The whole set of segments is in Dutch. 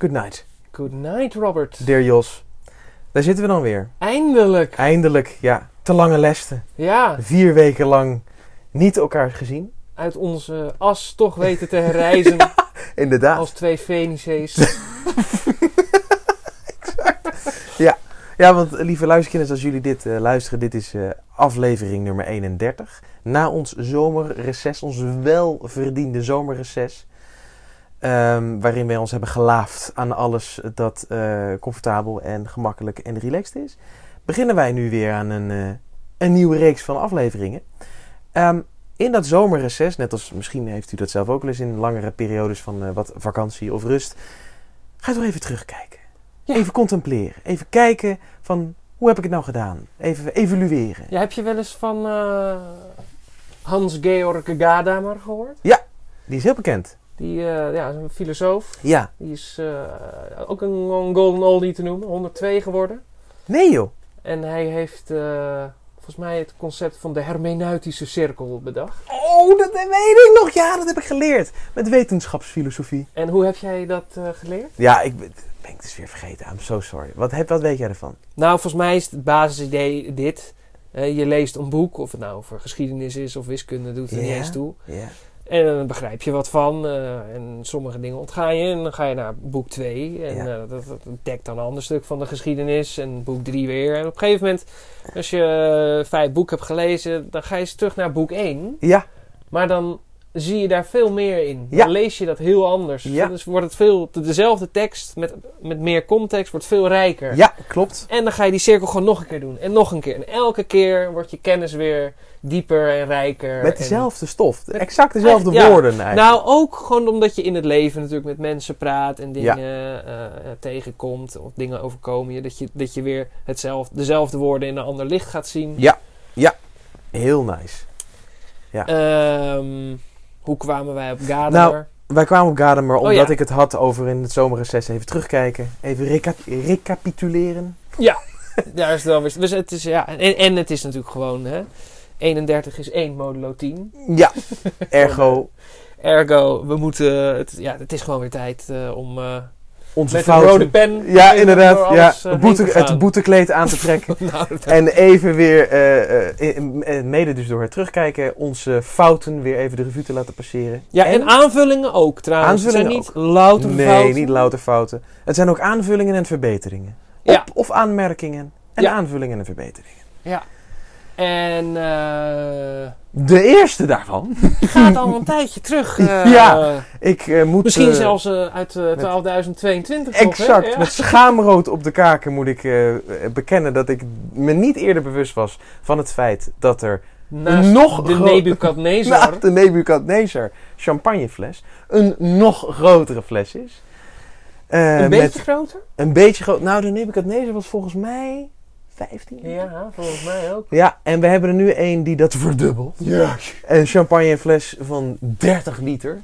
Good night. Good night, Robert. Dear Jos. Daar zitten we dan weer. Eindelijk. Eindelijk, ja. Te lange lesten. Ja. 4 weken lang niet elkaar gezien. Uit onze as toch weten te herrijzen. Ja, inderdaad. Als 2 Fenicees. Exact. Ja, want lieve luisterkinders, als jullie dit luisteren, dit is aflevering nummer 31. Na ons zomerreces, ons welverdiende zomerreces. Waarin wij ons hebben gelaafd aan alles dat comfortabel en gemakkelijk en relaxed is. Beginnen wij nu weer aan een nieuwe reeks van afleveringen. In dat zomerreces, net als misschien heeft u dat zelf ook wel eens in langere periodes van wat vakantie of rust. Ga toch even terugkijken. Ja. Even contempleren. Even kijken van hoe heb ik het nou gedaan. Even evalueren. Ja, heb je wel eens van Hans-Georg Gadamer gehoord? Ja, die is heel bekend. Die is een filosoof. Ja. Die is ook een golden oldie te noemen. 102 geworden. Nee joh. En hij heeft volgens mij het concept van de hermeneutische cirkel bedacht. Oh, dat weet ik nog. Ja, dat heb ik geleerd. Met wetenschapsfilosofie. En hoe heb jij dat geleerd? Ja, ben ik dus weer vergeten. I'm so sorry. Wat weet jij ervan? Nou, volgens mij is het basisidee dit. Je leest een boek, of het nou over geschiedenis is of wiskunde, doet er niet eens toe. Ja. En dan begrijp je wat van. En sommige dingen ontga je. En dan ga je naar boek 2. En dat dekt dan een ander stuk van de geschiedenis. En boek 3 weer. En op een gegeven moment, als je 5 boeken hebt gelezen, dan ga je eens terug naar boek 1. Ja. Maar dan zie je daar veel meer in. Ja. Dan lees je dat heel anders. Ja. Dus wordt het dezelfde tekst met meer context wordt veel rijker. Ja, klopt. En dan ga je die cirkel gewoon nog een keer doen. En nog een keer. En elke keer wordt je kennis weer dieper en rijker. Met dezelfde stof. Exact dezelfde woorden eigenlijk. Nou, ook gewoon omdat je in het leven natuurlijk met mensen praat en dingen tegenkomt. Of dingen overkomen je. Dat je weer dezelfde woorden in een ander licht gaat zien. Ja. Heel nice. Ja. Hoe kwamen wij op Gadamer? Nou, wij kwamen op Gadamer omdat ik het had over in het zomerreces even terugkijken. Even recapituleren. Ja, daar is het wel weer. Dus het is, en het is natuurlijk gewoon, hè. 31 is 1 modulo 10. Ja, ergo, we moeten... Het is gewoon weer tijd om... onze met fouten. een rode pen. Ja, inderdaad. Alles, het boetekleed aan te trekken. En even weer, mede dus door het terugkijken, onze fouten weer even de revue te laten passeren. Ja, en aanvullingen ook trouwens. Het zijn niet louter fouten. Nee, niet louter fouten. Het zijn ook aanvullingen en verbeteringen. Of aanmerkingen en aanvullingen en verbeteringen. Ja. En de eerste daarvan gaat al een tijdje terug. Ik moet... Misschien zelfs uit 12.022. Exact. Hè? Ja. Met schaamrood op de kaken moet ik bekennen dat ik me niet eerder bewust was van het feit dat er naast de Nebukadnezar champagnefles een nog grotere fles is. Een beetje groter? Een beetje groter. Nou, de Nebukadnezar was volgens mij 15. Ja, volgens mij ook. Ja, en we hebben er nu een die dat verdubbelt. Ja. Een champagnefles van 30 liter.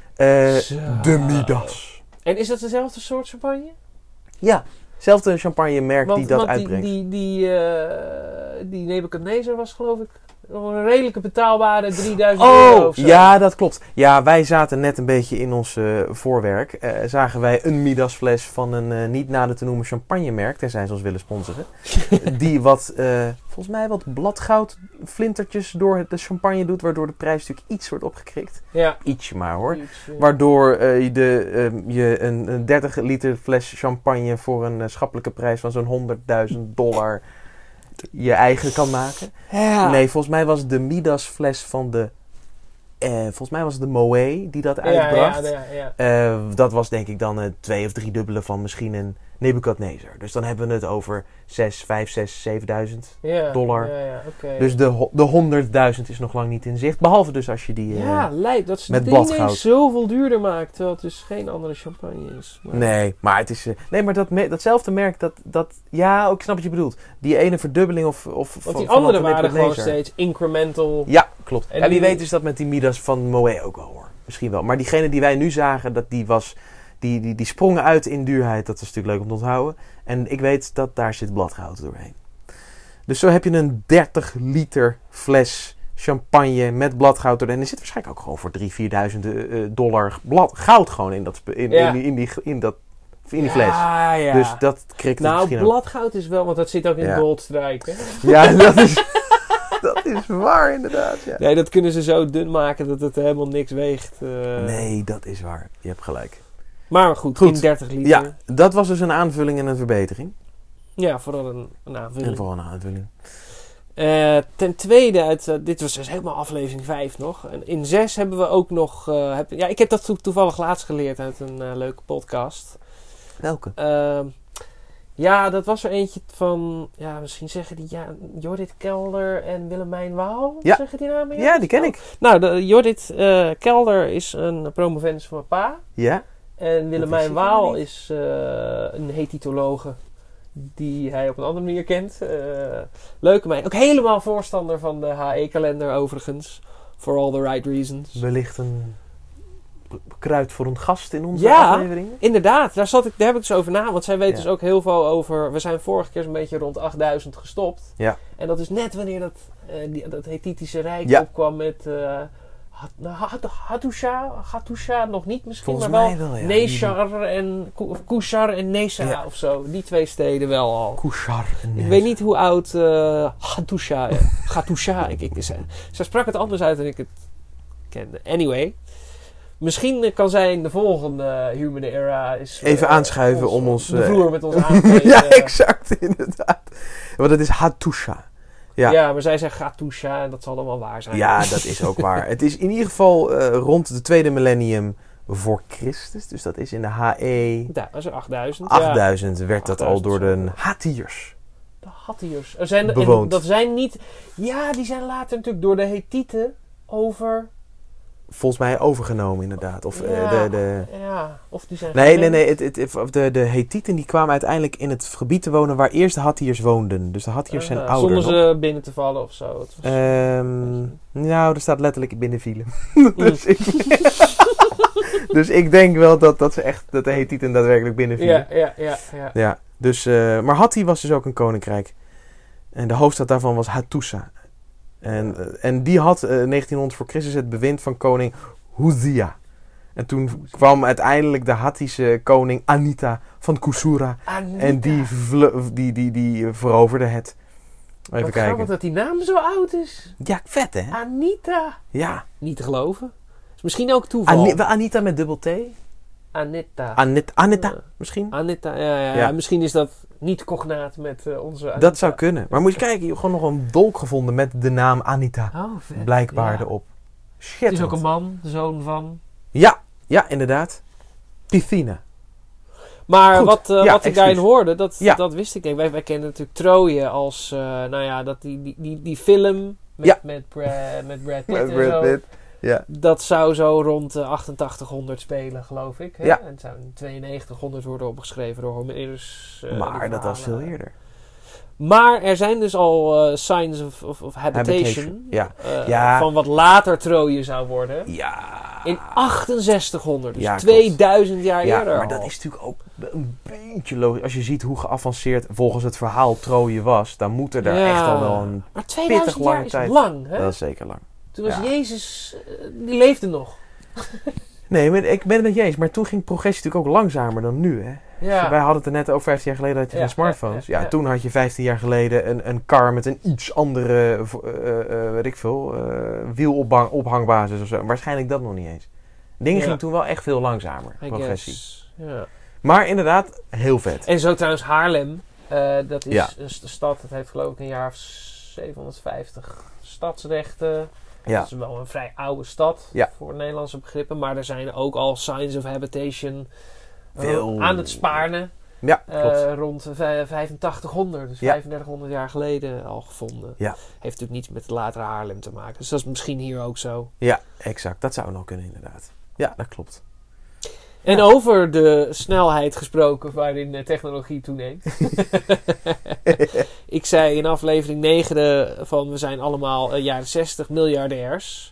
De Midas. En is dat dezelfde soort champagne? Ja, hetzelfde champagnemerk die dat uitbrengt. Die Nebukadnezar was geloof ik nog een redelijke betaalbare €3.000 of zo. Ja, dat klopt. Ja, wij zaten net een beetje in ons voorwerk. Zagen wij een Midas-fles van een niet nader te noemen champagnemerk. Tenzij ze ons willen sponsoren. Die volgens mij wat bladgoudflintertjes door de champagne doet. Waardoor de prijs natuurlijk iets wordt opgekrikt. Ja. Ietsje maar hoor. Waardoor je een 30 liter fles champagne voor een schappelijke prijs van zo'n $100.000 je eigen kan maken. Ja. Nee, volgens mij was de Midas fles van de... volgens mij was het de Moët die dat uitbracht. Dat was denk ik dan 2 of 3 dubbele van misschien een Nebukadnezar. Dus dan hebben we het over $7.000. Okay. Dus de 100.000 is nog lang niet in zicht. Behalve dus als je die lijkt dat ze met die bladgoud zoveel duurder maakt. Terwijl het dus geen andere champagne is. Maar... Nee, maar het is... datzelfde merk dat... Ja, ik snap wat je bedoelt. Die ene verdubbeling of want die andere waren gewoon steeds incremental. Ja, klopt. En wie weet is dat met die Midas van Moët ook wel hoor. Misschien wel. Maar diegene die wij nu zagen, die sprongen uit in duurheid. Dat is natuurlijk leuk om te onthouden. En ik weet dat daar zit bladgoud doorheen. Dus zo heb je een 30 liter fles champagne met bladgoud doorheen. En er zit waarschijnlijk ook gewoon voor $3.000-4.000 goud gewoon in dat in die fles. Ja. Dus dat krikt het Nou, misschien ook. bladgoud is wel, want dat zit ook in Ja. goldstrike. Hè? Ja, dat is waar inderdaad. Ja. Nee, dat kunnen ze zo dun maken dat het helemaal niks weegt. Nee, dat is waar. Je hebt gelijk. Maar goed, Goed. in 30 liter. Ja, dat was dus een aanvulling en een verbetering. Ja, vooral een aanvulling. En vooral een aanvulling. Ten tweede, dit was dus helemaal aflevering 5 nog. En in 6 hebben we ook nog... ik heb dat toevallig laatst geleerd uit een leuke podcast. Welke? Ja, dat was er eentje van... Ja, misschien zeggen die... Ja, Jorrit Kelder en Willemijn Waal. Ja. Zeggen die namen? Ja, die ken ik. Nou, Jorrit Kelder is een promovendus van mijn pa. Ja? En Willemijn ik Waal helemaal niet. is een hetitologe die hij op een andere manier kent. Leuke meid. Ook helemaal voorstander van de HE-kalender overigens. For all the right reasons. Wellicht een kruid voor een gast in onze Ja. afleveringen. Inderdaad, daar heb ik dus over na. Want zij weet Ja. dus ook heel veel over... We zijn vorige keer zo'n beetje rond 8000 gestopt. Ja. En dat is net wanneer dat Hethitische Rijk Ja. opkwam met... Hattusha nog niet misschien, Volgens maar mij wel, ja. Neshar en Kushar en Nesa Ja. of zo. Die twee steden wel al. Kushar. Ik weet niet hoe oud Hattusha. Zij sprak het anders uit dan ik het kende. Anyway. Misschien kan zij in de volgende Human Era... Even aanschuiven om ons... de vloer met ons aan te ja, exact, inderdaad. Want het is Hattusha. Ja. Ja, maar zij zegt Hattusha en dat zal dan wel waar zijn. Ja, dat is ook waar. Het is in ieder geval rond de tweede millennium voor Christus. Dus dat is in de HE Ja, dat is 8000. 8000 werd dat al 8000 door de zo. Hattiërs. De Hattiërs. En Bewoond. dat zijn niet... Ja, die zijn later natuurlijk door de Hethieten over... Volgens mij overgenomen inderdaad. Of Ja, of die zijn... Nee. De Hethieten die kwamen uiteindelijk in het gebied te wonen waar eerst de Hattiërs woonden. Dus de Hattiërs zijn ouder Zonder nog. ze binnen te vallen of zo. Het was- Nou, er staat letterlijk binnenvielen. Dus ik denk wel dat ze echt dat de Hethieten daadwerkelijk binnenvielen. Ja. Ja, dus, maar Hatti was dus ook een koninkrijk. En de hoofdstad daarvan was Hattusa. En die had 1900 voor Christus het bewind van koning Huzia. En toen kwam uiteindelijk de Hattische koning Anita van Kusura. Anita. En die veroverde het. Even Wat kijken. grappig dat die naam zo oud is. Ja, vet hè? Anita. Ja. Niet te geloven. Is misschien ook toeval. Anita met dubbel T? Anita. Anita misschien? Anita, Ja. ja. Misschien is dat niet cognaat met onze Anita. Dat zou kunnen. Maar moet je kijken, je hebt gewoon nog een dolk gevonden met de naam Anita. Oh, vet. Blijkbaar Ja. erop. Het Schitterend. is ook een man, de zoon van... Ja, inderdaad. Pythina. Maar Goed. wat Ja, ik excuus. daarin hoorde, dat Ja. wist ik niet. Wij kennen natuurlijk Troje als, dat die film met Brad Pitt en zo. Ja. Dat zou zo rond 8800 spelen, geloof ik. Hè? Ja. En het zou in 9200 worden opgeschreven door Homerus. Maar dat was veel eerder. Maar er zijn dus al signs of habitation. Ja. Ja. Van wat later Troje zou worden. Ja. In 6800, dus Ja, 2000 jaar Ja, eerder maar dat al. is natuurlijk ook een beetje logisch. Als je ziet hoe geavanceerd volgens het verhaal Troje was, dan moet er daar Ja. echt al wel een... Maar 2000 pittig jaar lange is tijd. lang, hè? Dat is zeker lang. Toen was Ja. Jezus, die leefde nog. Nee, maar ik ben het met je eens. Maar toen ging progressie natuurlijk ook langzamer dan nu, hè? Ja. Wij hadden het er net over 15 jaar geleden had je Ja, geen smartphones. ja. Toen had je 15 jaar geleden een car met een iets andere, weet ik veel, wielophangbbasis of zo. Waarschijnlijk dat nog niet eens. Dingen gingen toen wel echt veel langzamer, I progressie. guess. Ja. Maar inderdaad, heel vet. En zo trouwens Haarlem, dat is Ja. een stad, dat heeft geloof ik een jaar of 750 stadsrechten. Ja. Dat is wel een vrij oude stad Ja. voor Nederlandse begrippen. Maar er zijn ook al signs of habitation Veel. aan het Spaarne. Ja, klopt. Rond 8500, dus Ja. 3500 jaar geleden al gevonden. Ja. Heeft natuurlijk niets met het latere Haarlem te maken. Dus dat is misschien hier ook zo. Ja, exact. Dat zou nog kunnen inderdaad. Ja, dat klopt. En over de snelheid gesproken waarin technologie toeneemt. Ik zei in aflevering 9 van we zijn allemaal jaren 60 miljardairs.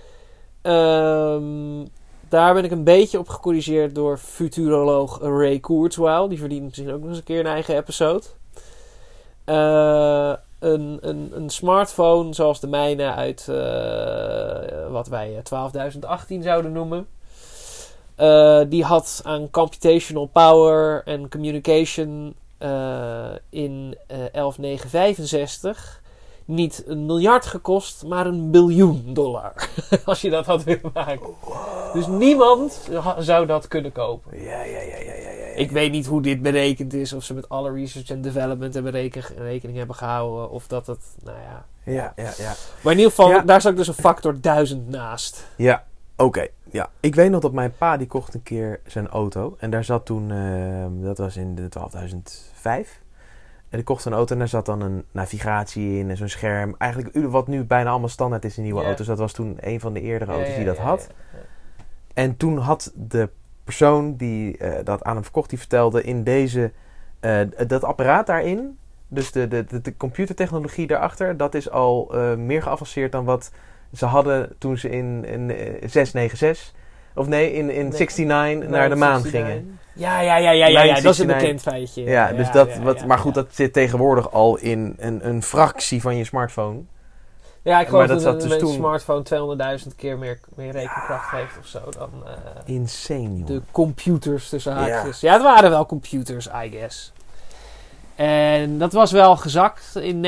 Daar ben ik een beetje op gecorrigeerd door futuroloog Ray Kurzweil. Die verdient misschien ook nog eens een keer een eigen episode. Een smartphone zoals de mijne uit wat wij 12.018 zouden noemen. Die had aan computational power en communication in 11965 niet $1 miljard gekost, maar $1 biljoen. Als je dat had willen maken. Dus niemand zou dat kunnen kopen. Ja. Ik weet niet hoe dit berekend is. Of ze met alle research en development hebben rekening hebben gehouden. Of dat het, nou ja. Ja. Maar in ieder geval, daar zat ik dus een factor 1000 naast. Ja, oké. Ja. Ik weet nog dat mijn pa, die kocht een keer zijn auto. En daar zat toen, dat was in de 2005. En die kocht een auto en daar zat dan een navigatie in en zo'n scherm. Eigenlijk wat nu bijna allemaal standaard is in nieuwe auto's. Dat was toen een van de eerdere auto's die dat had. Ja. En toen had de persoon die dat aan hem verkocht, die vertelde in deze, dat apparaat daarin, dus de computertechnologie daarachter, dat is al meer geavanceerd dan wat ze hadden toen ze in 696, of nee, in 69 naar de maan gingen. Ja, dat is een bekend feitje. Ja, dus maar goed, dat zit tegenwoordig al in een fractie van je smartphone. Ja, ik geloof dat een smartphone 200.000 keer meer rekenkracht heeft of zo dan insane, joh. De computers tussen haakjes. Ja, het waren wel computers, I guess. En dat was wel gezakt in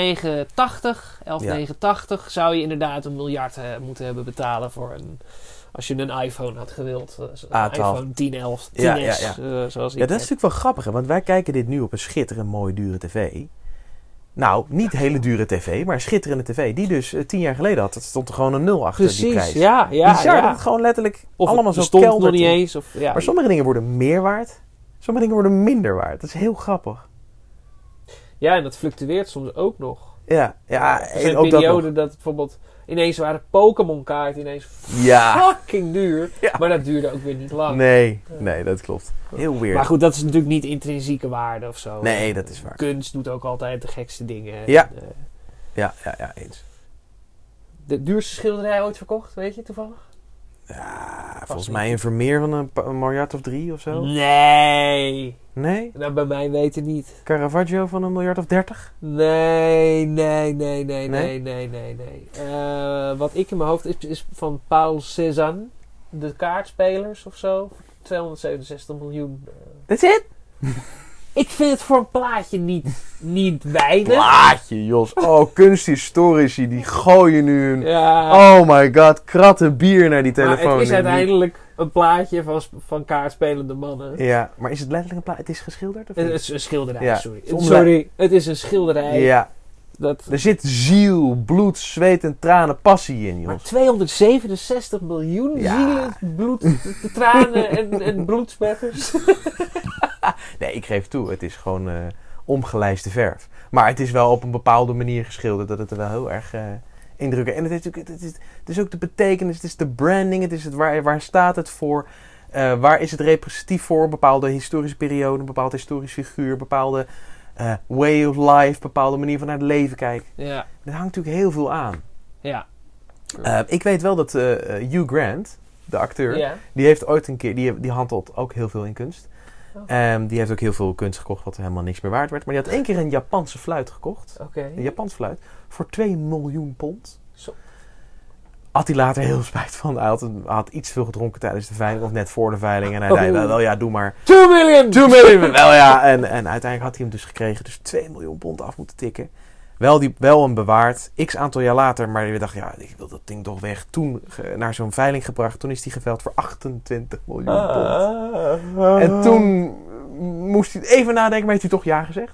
1189 zou je inderdaad $1 miljard moeten hebben betalen voor als je een iPhone had gewild. Een iPhone 10S. Zoals ik dat is natuurlijk wel grappig, hè? Want wij kijken dit nu op een schitterend mooie dure tv. Nou, niet hele dure tv, maar schitterende tv. Die dus 10 jaar geleden had. Dat stond er gewoon een 0 achter. Precies, die prijs. Ja. Bizar dat het gewoon letterlijk of allemaal zo stond keldert. Nog niet eens. Maar sommige dingen worden meer waard. Sommige dingen worden minder waard. Dat is heel grappig. Ja, en dat fluctueert soms ook nog. Ja. Er zijn perioden dat bijvoorbeeld ineens waren Pokémon kaarten ineens fucking duur. Ja. Maar dat duurde ook weer niet lang. Nee, dat klopt. Heel weird. Maar goed, dat is natuurlijk niet intrinsieke waarde of zo. Nee, dat is waar. Kunst doet ook altijd de gekste dingen. Ja, eens. De duurste schilderij ooit verkocht, weet je toevallig? Ja, volgens mij een Vermeer van een miljard of 3 of zo. Nee? Nou, bij mij weten niet. Caravaggio van een miljard of 30? Nee. Wat ik in mijn hoofd is van Paul Cézanne, de kaartspelers of zo. 267 miljoen. That's it? Ik vind het voor een plaatje niet weinig. Plaatje, Jos. Oh, kunsthistorici, die gooien nu een... Ja. Oh my god, kratten bier naar die telefoon. Maar het is uiteindelijk een plaatje van kaartspelende mannen. Ja, maar is het letterlijk een plaatje? Het is geschilderd? Of niet? Het is een schilderij, ja. Sorry, het is een schilderij. Ja. Er zit ziel, bloed, zweet en tranen, passie in, Jos. Maar 267 miljoen zielen, bloed, tranen en bloedspetters. Nee, ik geef toe. Het is gewoon omgelijste verf. Maar het is wel op een bepaalde manier geschilderd dat het er wel heel erg indrukkend is. En het is ook de betekenis, het is de branding, het is het waar staat het voor? Waar is het representatief voor? Een bepaalde historische periode, een bepaald historisch figuur, een bepaalde way of life, bepaalde manier van naar het leven kijken. Ja. Er hangt natuurlijk heel veel aan. Ja. Ik weet wel dat Hugh Grant, de acteur, die heeft ooit een keer, die handelt ook heel veel in kunst. Die heeft ook heel veel kunst gekocht wat helemaal niks meer waard werd. Maar die had 1 keer een Japanse fluit gekocht. Een Japanse fluit. Voor 2 miljoen pond. Zo. Had hij later heel spijt van. Hij had iets te veel gedronken tijdens de veiling. Of net voor de veiling. En hij zei wel ja, doe maar. 2 miljoen! 2 miljoen! Wel ja. En uiteindelijk had hij hem dus gekregen. Dus 2 miljoen pond af moeten tikken. Wel een bewaard. X aantal jaar later. Maar we dachten, ja, ik wil dat ding toch weg. Toen naar zo'n veiling gebracht. Toen is die geveild voor 28 miljoen pond. En toen moest hij even nadenken. Maar heeft hij toch ja gezegd?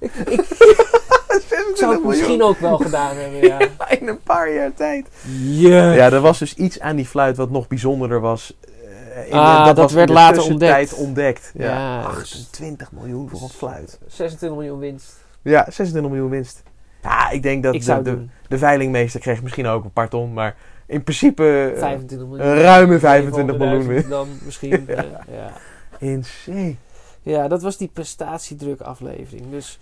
Ik zou het misschien ook wel gedaan hebben, ja. In een paar jaar tijd. Yeah. Ja, er was dus iets aan die fluit wat nog bijzonderder was. Dat werd later ontdekt. Ja, 28 miljoen voor een fluit. 26 miljoen winst. Ja, 26 miljoen winst. Ja, ik denk dat de veilingmeester kreeg misschien ook een paar ton, maar in principe 25 miljoen. Ruime 25 miljoen winst. Dan misschien. Ja. Insane. Ja, dat was die prestatiedruk aflevering. Dus,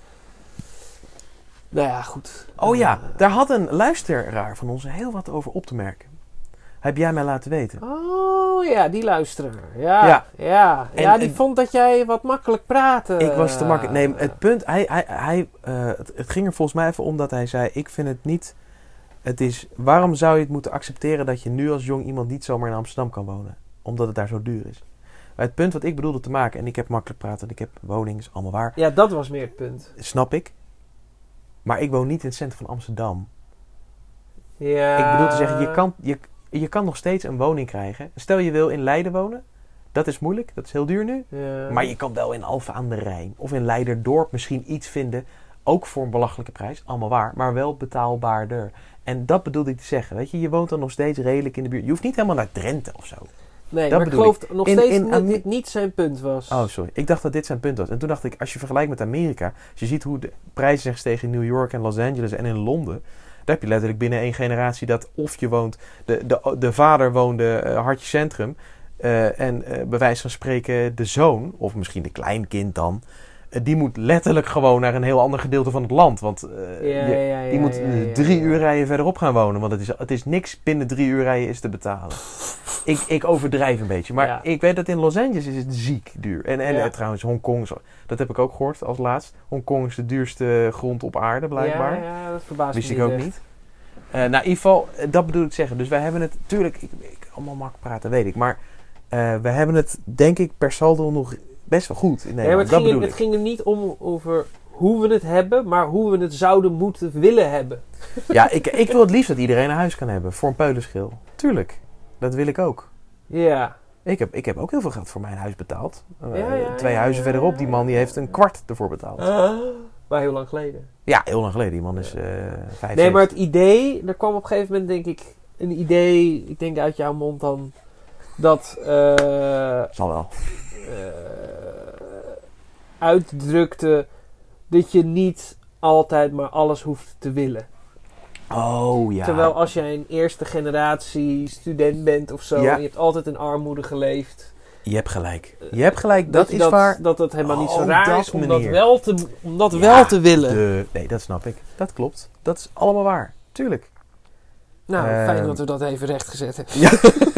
nou ja, goed. Oh ja, daar had een luisteraar van ons heel wat over op te merken. Heb jij mij laten weten. Oh ja, die luisteraar. Ja, die vond dat jij wat makkelijk praatte. Ik was te makkelijk. Nee, het punt, het ging er volgens mij even om dat hij zei, ik vind het niet, waarom zou je het moeten accepteren dat je nu als jong iemand niet zomaar in Amsterdam kan wonen? Omdat het daar zo duur is. Maar het punt wat ik bedoelde te maken, en ik heb makkelijk praten, ik heb woning, is allemaal waar. Ja, dat was meer het punt. Snap ik. Maar ik woon niet in het centrum van Amsterdam. Ja. Ik bedoel te zeggen, je kan nog steeds een woning krijgen. Stel je wil in Leiden wonen. Dat is moeilijk, dat is heel duur nu. Ja. Maar je kan wel in Alphen aan de Rijn of in Leiderdorp misschien iets vinden. Ook voor een belachelijke prijs, allemaal waar. Maar wel betaalbaarder. En dat bedoelde ik te zeggen. Weet je, je woont dan nog steeds redelijk in de buurt. Je hoeft niet helemaal naar Drenthe of zo. Nee, dat maar ik geloof nog steeds dat in dit niet zijn punt was. Oh, sorry. Ik dacht dat dit zijn punt was. En toen dacht ik, als je vergelijkt met Amerika. Als je ziet hoe de prijzen zijn gestegen in New York en Los Angeles en in Londen. Daar heb je letterlijk binnen 1 generatie dat of je woont. De vader woonde hartje centrum. En bij wijze van spreken de zoon, of misschien de kleinkind dan. Die moet letterlijk gewoon naar een heel ander gedeelte van het land. Want die moet 3 uur rijden verderop gaan wonen. Want het is niks binnen 3 uur rijden is te betalen. Ik overdrijf een beetje. Maar ik weet dat in Los Angeles is het ziek duur. En trouwens Hongkong, dat heb ik ook gehoord als laatst. Hongkong is de duurste grond op aarde blijkbaar. Ja, dat verbaast me wist ik ook echt. niet. Nou, in ieder geval, dat bedoel ik te zeggen. Dus wij hebben het, tuurlijk, ik allemaal makkelijk praten, weet ik. Maar we hebben het, denk ik, per saldo nog best wel goed in Nederland. Maar het ging er niet over hoe we het hebben, maar hoe we het zouden moeten willen hebben. Ja, ik wil het liefst dat iedereen een huis kan hebben. Voor een peulenschil. Tuurlijk. Dat wil ik ook. Ja. Ik heb ook heel veel geld voor mijn huis betaald. 2 huizen verderop. Die man die heeft een kwart ervoor betaald. Maar heel lang geleden. Ja, heel lang geleden. Die man is 5. Nee, maar het idee, er kwam op een gegeven moment denk ik een idee, ik denk uit jouw mond dan, dat zal wel. uitdrukte dat je niet altijd maar alles hoeft te willen. Oh ja. Terwijl als jij een eerste generatie student bent of zo, en je hebt altijd in armoede geleefd. Je hebt gelijk. Je hebt gelijk, dat is waar. Dat het helemaal niet zo raar is om dat Ja, wel te willen. Nee, dat snap ik. Dat klopt. Dat is allemaal waar. Tuurlijk. Nou, fijn dat we dat even rechtgezet hebben. Ja.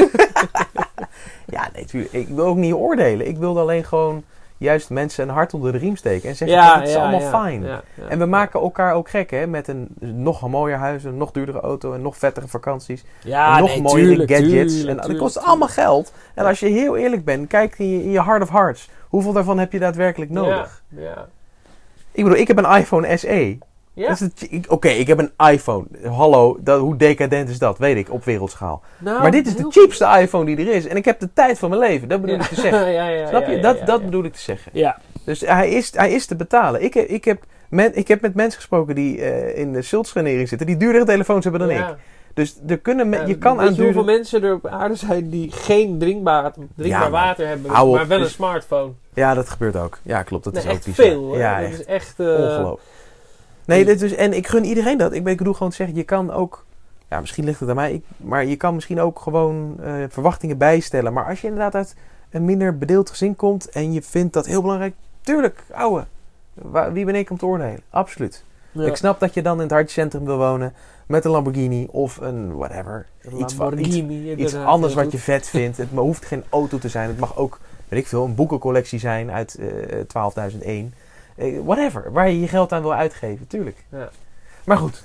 Ja, nee, tuurlijk. Ik wil ook niet oordelen. Ik wilde alleen gewoon juist mensen een hart onder de riem steken. En zeggen, het is allemaal fijn. Ja, en we maken elkaar ook gek, hè. Met een nog mooier huis, een nog duurdere auto en nog vettere vakanties. Ja, en nog mooiere gadgets. Tuurlijk, dat kost allemaal geld. En als je heel eerlijk bent, kijk in je heart of hearts. Hoeveel daarvan heb je daadwerkelijk nodig? Ja. Ik bedoel, ik heb een iPhone SE. Ja? Oké, ik heb een iPhone. Hallo, hoe decadent is dat? Weet ik, op wereldschaal. Nou, maar dit is de cheapste iPhone die er is. En ik heb de tijd van mijn leven. Dat bedoel ik te zeggen. Snap je? Dat bedoel ik te zeggen. Ja. Dus hij is te betalen. Ik heb met mensen gesproken die in de schuldsanering zitten. Die duurdere telefoons hebben dan ik. Dus je kan aan hoeveel mensen er op aarde zijn die geen drinkbaar water hebben. Maar wel een smartphone. Ja, dat gebeurt ook. Ja, klopt. Dat is ook echt bizar. veel. Ja, dat is echt ongelooflijk. Nee, en ik gun iedereen dat. Ik bedoel gewoon te zeggen, je kan ook... Ja, misschien ligt het aan mij. Maar je kan misschien ook gewoon verwachtingen bijstellen. Maar als je inderdaad uit een minder bedeeld gezin komt... en je vindt dat heel belangrijk... Tuurlijk, ouwe. Wie ben ik om te oordelen? Absoluut. Ja. Ik snap dat je dan in het hartcentrum wil wonen... met een Lamborghini of een whatever. Iets anders wat je vet vindt. Het hoeft geen auto te zijn. Het mag ook, weet ik veel, een boekencollectie zijn uit 12.001. Whatever, waar je geld aan wil uitgeven, tuurlijk. Ja. Maar goed,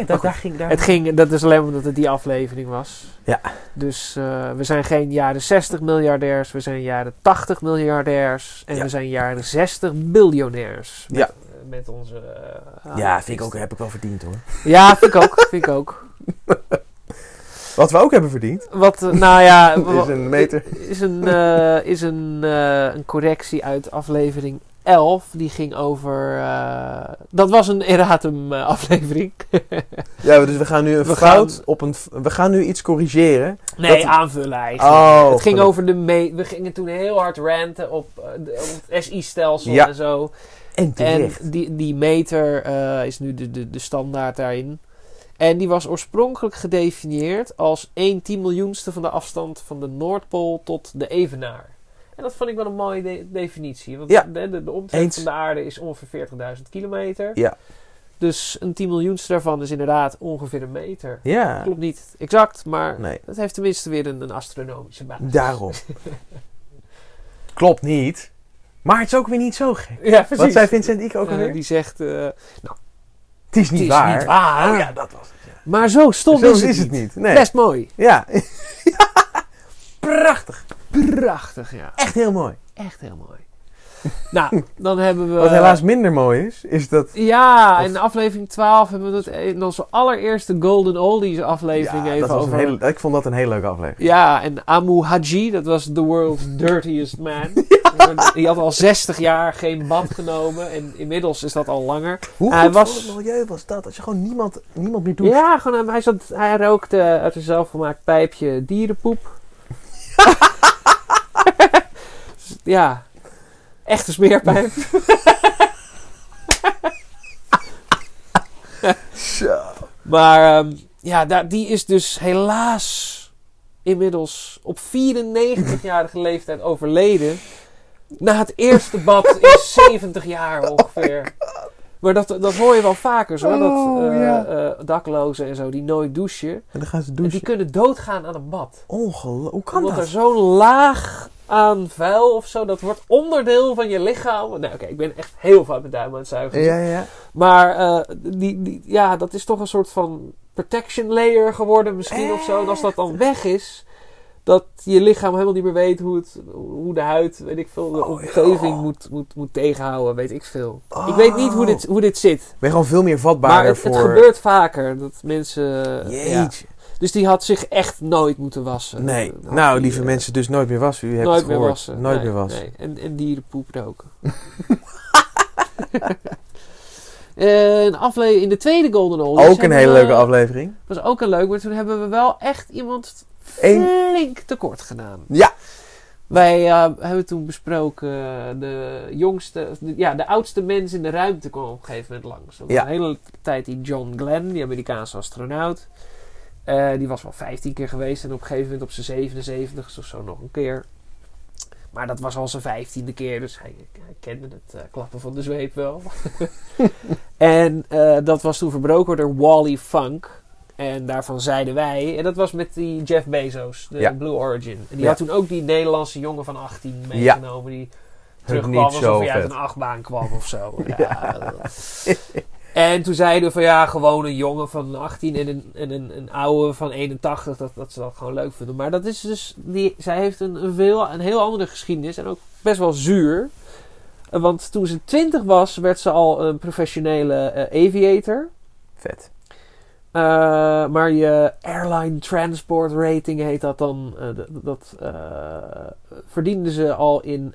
dat is alleen omdat het die aflevering was. Ja. Dus we zijn geen jaren 60 miljardairs, we zijn jaren 80 miljardairs en we zijn jaren 60 biljonairs. Met onze... vind ik ook, heb ik wel verdiend hoor. Ja, vind ik ook. Wat we ook hebben verdiend. Is een meter. Is een correctie uit aflevering 11. Die ging over... dat was een erratum aflevering. Ja, dus we gaan nu we gaan nu iets corrigeren. Nee, aanvullen eigenlijk. Het ging over we gingen toen heel hard ranten op het SI-stelsel en zo. En die meter is nu de standaard daarin. En die was oorspronkelijk gedefinieerd als 1/10.000ste van de afstand van de Noordpool tot de Evenaar. En dat vond ik wel een mooie definitie. Want de omtrek van de aarde is ongeveer 40.000 kilometer. Ja. Dus een 10.000ste daarvan is inderdaad ongeveer een meter. Ja. Klopt niet exact, maar het heeft tenminste weer een astronomische basis. Daarom. Klopt niet. Maar het is ook weer niet zo gek. Ja, precies. Wat zei Vincent Ike ook alweer? Die zegt... het is niet waar. Niet waar. Oh, ja, dat was het. Ja. Maar zo stom is het niet. Nee. Best mooi. Ja. Prachtig. Prachtig, ja. Echt heel mooi. Echt heel mooi. Nou, dan hebben we... Wat helaas minder mooi is dat... Ja, in aflevering 12 hebben we dat in onze allereerste Golden Oldies aflevering Ja, even dat was over. ik vond dat een hele leuke aflevering. Ja, en Amu Haji, dat was the world's dirtiest man. Die had al 60 jaar geen bad genomen en inmiddels is dat al langer. Hoe goed voor het milieu was dat? Als je gewoon niemand meer doet. Ja, gewoon, hij rookte uit een zelfgemaakt pijpje dierenpoep. Ja, echte smeerpijp. Zo. Maar die is dus helaas inmiddels op 94-jarige leeftijd overleden. Na het eerste bad in 70 jaar ongeveer. Maar dat hoor je wel vaker zo. Daklozen en zo die nooit douchen. En dan gaan ze En douchen. die kunnen doodgaan aan een bad. Ongelooflijk. Hoe kan Omdat dat? er zo'n laag aan vuil of zo, dat wordt onderdeel van je lichaam. Nou oké, ik ben echt heel vaak met duim aan het zuigen. Ja. Maar dat is toch een soort van protection layer geworden misschien of zo. En als dat dan weg is, dat je lichaam helemaal niet meer weet hoe de huid, weet ik veel, de omgeving moet tegenhouden, weet ik veel. Ik weet niet hoe dit zit. Ben je gewoon veel meer vatbaar Maar het voor... gebeurt vaker dat mensen... Jeetje. Dus die had zich echt nooit moeten wassen. Nee. Nou, lieve mensen, dus nooit meer wassen. U hebt Nooit het meer gehoord. wassen. Nooit meer wassen. Nee. En dierenpoep roken. In de tweede Golden Oldies... Ook een hele leuke aflevering. Was ook een leuk, maar toen hebben we wel echt iemand flink tekort gedaan. Ja. Wij hebben toen besproken de oudste mens in de ruimte kwam op een gegeven moment langs. Dat was een hele tijd die John Glenn, die Amerikaanse astronaut. Die was wel 15 keer geweest en op een gegeven moment op zijn 77 of zo nog een keer. Maar dat was al zijn 15e keer, dus hij kende het klappen van de zweep wel. En dat was toen verbroken door Wally Funk. En daarvan zeiden wij, en dat was met die Jeff Bezos, de Blue Origin. En die had toen ook die Nederlandse jongen van 18 meegenomen die terugkwam alsof hij uit een achtbaan kwam of zo. Ja. En toen zeiden we van gewoon een jongen van 18 en een oude van 81, dat ze dat gewoon leuk vinden. Maar dat is dus, zij heeft een heel andere geschiedenis en ook best wel zuur. Want toen ze 20 was, werd ze al een professionele aviator. Vet. Maar je airline transport rating heet dat dan. Dat verdiende ze al in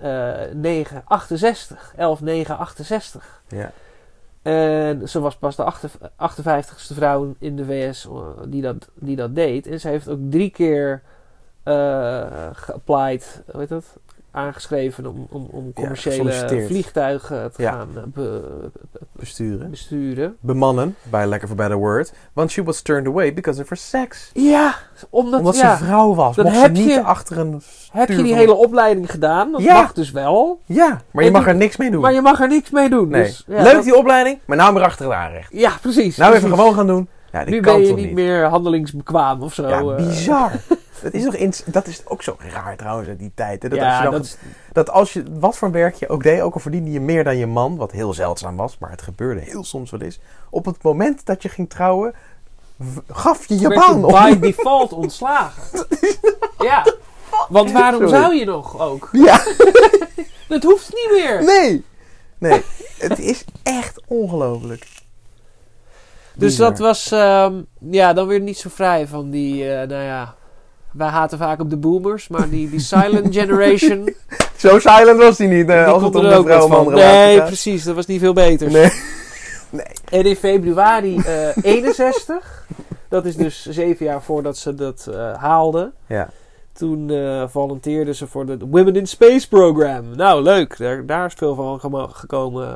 11/9/68. Ja. En ze was pas de 58ste vrouw in de VS die dat deed. En ze heeft ook 3 keer geapplied, aangeschreven om commerciële vliegtuigen te gaan besturen. Bemannen, bij lekker voor better word. Want she was turned away because of her sex. Ja, omdat ze vrouw was. Dan mocht ze niet achter een stuur. Heb je die hele opleiding gedaan? Dat mag dus wel. Ja, maar je mag er niks mee doen. Maar je mag er niks mee doen. Nee. Dus, leuk die opleiding, maar nou maar achter het aanrecht. Ja, precies. Nou even gewoon gaan doen. Ja, nu ben je niet meer handelingsbekwaam of zo. Ja, bizar. Dat is ook zo raar trouwens uit die tijd. Hè? Dat als je wat voor werk je ook deed, ook al verdiende je meer dan je man, wat heel zeldzaam was, maar het gebeurde heel soms wel eens. Op het moment dat je ging trouwen, gaf je baan op. By default ontslagen. Ja, want waarom zou je nog ook? Ja. Dat hoeft niet meer. Nee. Het is echt ongelooflijk. Dus dat was dan weer niet zo vrij van die, wij haten vaak op de boomers, maar die silent generation. Zo silent was die niet, als het om de vrouw-man relatie gaat. Precies, dat was niet veel beters. Nee. En in februari 61, dat is dus 7 jaar voordat ze dat haalde. Ja. Toen volunteerde ze voor de Women in Space Program. Nou, leuk. Daar is veel van gekomen.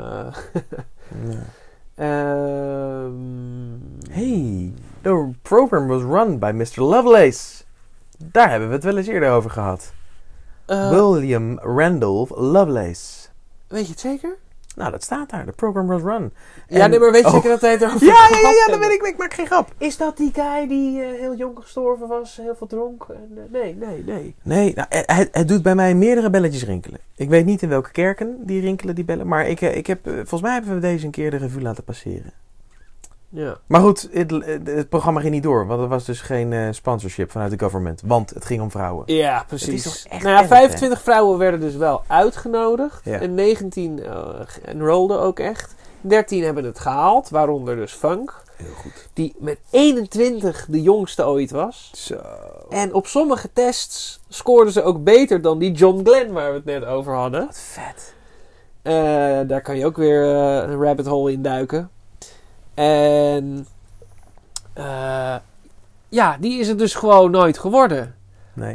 Hey, the program was run by Mr. Lovelace. Daar hebben we het wel eens eerder over gehad. William Randolph Lovelace. Weet je het zeker? Nou, dat staat daar. The program was run. Ja, nee, maar weet je zeker dat hij het erover Ja, dat weet ik. Ik maak geen grap. Is dat die guy die heel jong gestorven was, heel veel dronk? Nee. Nee, nou, het doet bij mij meerdere belletjes rinkelen. Ik weet niet in welke kerken die rinkelen, die bellen. Maar volgens mij hebben we deze een keer de revue laten passeren. Ja. Maar goed, het programma ging niet door. Want er was dus geen sponsorship vanuit de government. Want het ging om vrouwen. Ja, precies. Het is toch echt nou ja, erg, 25 vrouwen werden dus wel uitgenodigd. Ja. En 19 enrollden ook echt. 13 hebben het gehaald, waaronder dus Funk. Heel goed. Die met 21 de jongste ooit was. Zo. En op sommige tests scoorden ze ook beter dan die John Glenn waar we het net over hadden. Wat vet. Daar kan je ook weer een rabbit hole in duiken. En ja, die is het dus gewoon nooit geworden. Nee.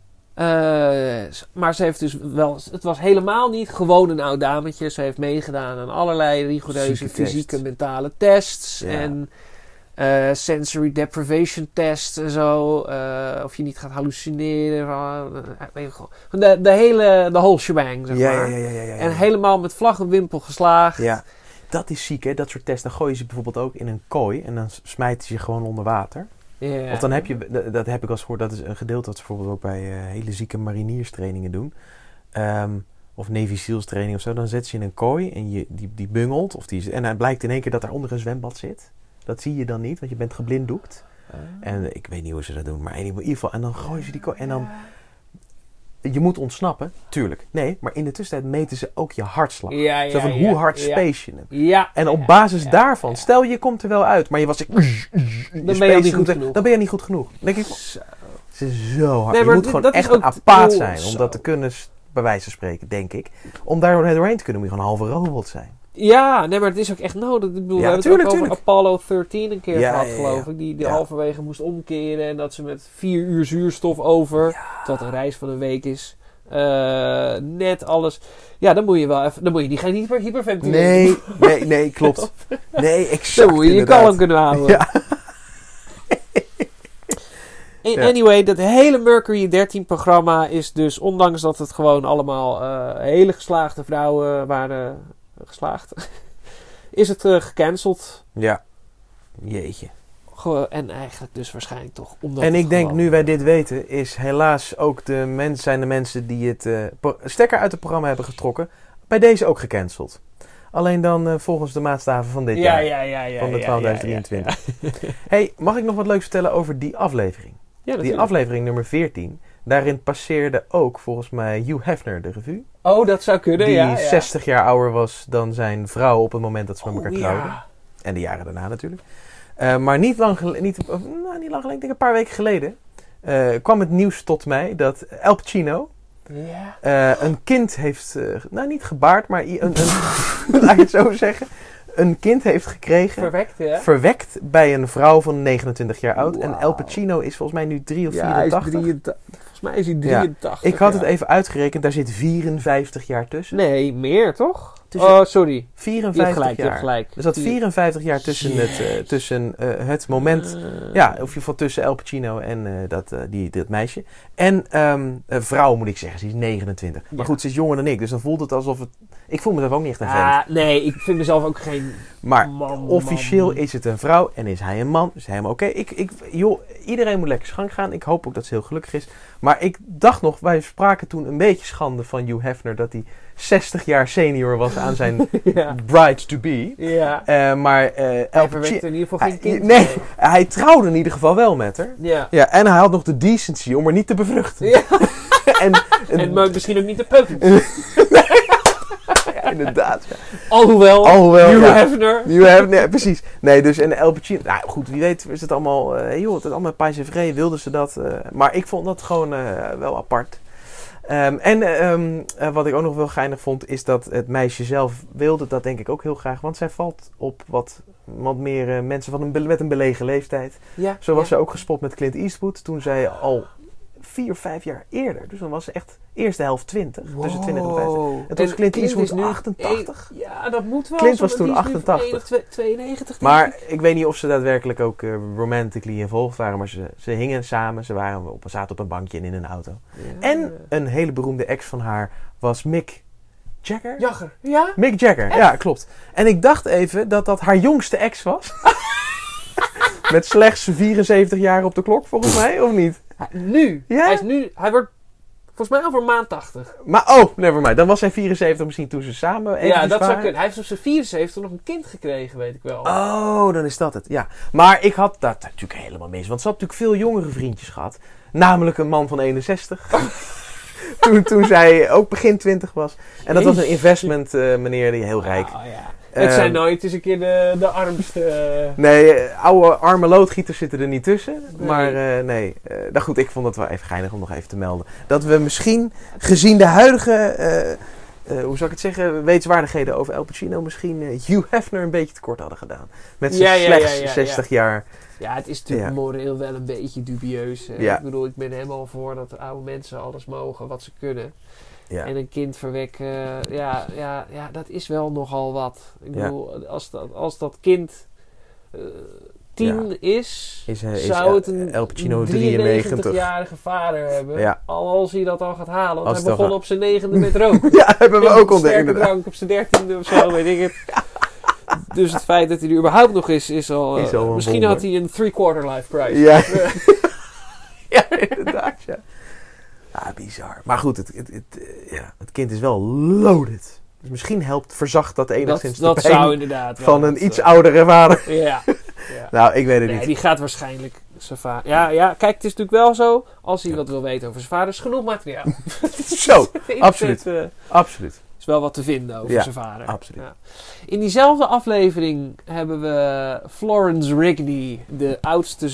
Maar ze heeft dus wel... Het was helemaal niet gewoon een oud dametje. Ze heeft meegedaan aan allerlei rigoureuze fysieke, mentale tests. Ja. En sensory deprivation tests en zo. Of je niet gaat hallucineren. De whole shebang, zeg maar. Ja. En helemaal met vlag en wimpel geslaagd. Ja, dat is ziek, hè? Dat soort tests. Dan gooien ze bijvoorbeeld ook in een kooi en dan smijten ze je gewoon onder water. Ja. Of dan heb je, dat heb ik al eens gehoord, dat is een gedeelte wat ze bijvoorbeeld ook bij hele zieke marinierstrainingen doen. Of Navy Seals training of zo. Dan zet ze je in een kooi en die bungelt. En dan blijkt in één keer dat daaronder een zwembad zit. Dat zie je dan niet, want je bent geblinddoekt. En ik weet niet hoe ze dat doen, maar in ieder geval. En dan gooien ze die kooi en dan... Je moet ontsnappen, tuurlijk. Nee, maar in de tussentijd meten ze ook je hartslag. Zo van hoe hard space je hem. Ja. En op basis daarvan, stel je komt er wel uit, maar je was... Dan ben je niet goed genoeg. Dan ben je niet goed genoeg. Dan denk ik, ze is zo hard. Nee, je moet gewoon echt een apaat zijn om zo. dat te kunnen, bij wijze van spreken, denk ik. Om daar doorheen te kunnen, moet je gewoon een halve robot zijn. Ja, nee, maar het is ook echt nodig. Ik bedoel, we hebben het ook over Apollo 13 een keer gehad, geloof ik. Die halverwege moest omkeren en dat ze met 4 uur zuurstof over, wat een reis van een week is, net alles. Ja, dan moet je wel even, dan moet je geen hyperventileren. Nee, klopt. Nee, exact. Dan moet je je kalm kunnen houden. Ja. Anyway, dat hele Mercury 13 programma is dus, ondanks dat het gewoon allemaal hele geslaagde vrouwen waren geslaagd, is het gecanceld. Ja. Jeetje. En eigenlijk dus waarschijnlijk toch. Omdat en ik denk, gewoon, nu wij dit weten, is helaas ook zijn de mensen die het stekker uit het programma hebben getrokken, bij deze ook gecanceld. Alleen dan volgens de maatstaven van dit jaar. Van de 2023. Hey, mag ik nog wat leuks vertellen over die aflevering? Ja, die aflevering nummer 14. Daarin passeerde ook volgens mij Hugh Hefner de revue. Oh, dat zou kunnen, die 60 jaar ouder was dan zijn vrouw op het moment dat ze met elkaar trouwden. Ja. En de jaren daarna natuurlijk. Maar niet lang geleden, ik denk een paar weken geleden, kwam het nieuws tot mij dat Al Pacino een kind heeft, niet gebaard, maar laat ik het zo zeggen, een kind heeft gekregen. Verwekt bij een vrouw van 29 jaar oud. Wow. En Al Pacino is volgens mij nu 3 of 84. Volgens mij is hij 83. Ja. Ik had het even uitgerekend, daar zit 54 jaar tussen. Nee, meer toch? Sorry. 54 je hebt gelijk. Er zat 54 jaar tussen het moment, of je tussen Al Pacino en dat meisje. En vrouw moet ik zeggen, ze is 29. Maar goed, ze is jonger dan ik, dus dan voelt het alsof het... Ik voel mezelf ook niet echt een vent. Nee, ik vind mezelf ook geen maar officieel is het een vrouw en is hij een man, is hij helemaal oké. Iedereen moet lekker zijn gang gaan. Ik hoop ook dat ze heel gelukkig is. Maar ik dacht nog, wij spraken toen een beetje schande van Hugh Hefner dat hij 60 jaar senior was aan zijn bride-to-be. Ja. Maar Al Pacino in ieder geval geen kind. Nee, hij trouwde in ieder geval wel met haar. Ja. En hij had nog de decency om haar niet te bevruchten. Ja. en misschien ook niet te peuken. Ja, inderdaad. Ja. Alhoewel Hugh Hefner. Precies. Nee, dus en Al Pacino. Nou goed, wie weet is het allemaal... het is allemaal paise vrij, wilden ze dat. Maar ik vond dat gewoon wel apart. Wat ik ook nog wel geinig vond, is dat het meisje zelf wilde dat denk ik ook heel graag. Want zij valt op wat meer mensen met een belegen leeftijd. Ja, Zo was ze ook gespot met Clint Eastwood toen zij al 4, 5 jaar eerder. Dus dan was ze echt eerste helft 20. Wow. Tussen 20 en 50. En toen was Clint Eastwood nu 88. Ja, dat moet wel. Clint was toen 88. 92. Maar ik weet niet of ze daadwerkelijk ook romantically involved waren. Maar ze hingen samen. Ze zaten op een bankje en in een auto. Ja. En een hele beroemde ex van haar was Mick Jagger. Ja? Mick Jagger, echt? Ja, klopt. En ik dacht even dat haar jongste ex was. Met slechts 74 jaar op de klok, volgens mij, of niet? Nu? Ja? Hij wordt Volgens mij over maand 80. Maar, nevermind. Dan was hij 74 misschien toen ze samen even Ja, dat waren. zou kunnen. Hij heeft op zijn 74 nog een kind gekregen, weet ik wel. Oh, dan is dat het. Ja. Maar ik had dat natuurlijk helemaal mis. Want ze had natuurlijk veel jongere vriendjes gehad. Namelijk een man van 61. toen zij ook begin 20 was. En dat was een investment meneer die heel rijk. Oh, ja. Het zijn nooit eens een keer de armste... Nee, oude arme loodgieters zitten er niet tussen. Nee. Maar nee. Nou goed, ik vond het wel even geinig om nog even te melden. Dat we misschien, gezien de huidige, hoe zou ik het zeggen, wetenswaardigheden over Al Pacino, misschien Hugh Hefner een beetje tekort hadden gedaan. Met zijn slechts 60 jaar. Ja, het is natuurlijk moreel wel een beetje dubieus. Ja. Ik bedoel, ik ben helemaal voor dat oude mensen alles mogen wat ze kunnen. Ja. En een kind verwekken, dat is wel nogal wat. Ik bedoel, als dat kind 10 is, zou het een Al Pacino 93-jarige vader hebben. Ja. Als hij dat al gaat halen. Want Als hij het begon op zijn 9e met roken. Ja, hebben we ook ontdekt. Sterke drank op zijn 13e of zo, weet ik het. Dus het feit dat hij er überhaupt nog is al misschien wonder. had hij een 3/4 life price. Ja. Ja, inderdaad, ja. Ja, bizar. Maar goed, het kind is wel loaded. Dus misschien verzacht dat enigszins dat de pijn zou inderdaad wel van een iets oudere vader. Ja. Nou, ik weet het niet. Die gaat waarschijnlijk zijn vader... Ja, kijk, het is natuurlijk wel zo. Als hij wat wil weten over zijn vader, is genoeg materiaal. Zo, absoluut. Absoluut. Is wel wat te vinden over zijn vader. Absoluut. Ja. In diezelfde aflevering hebben we Florence Rigney, de oudste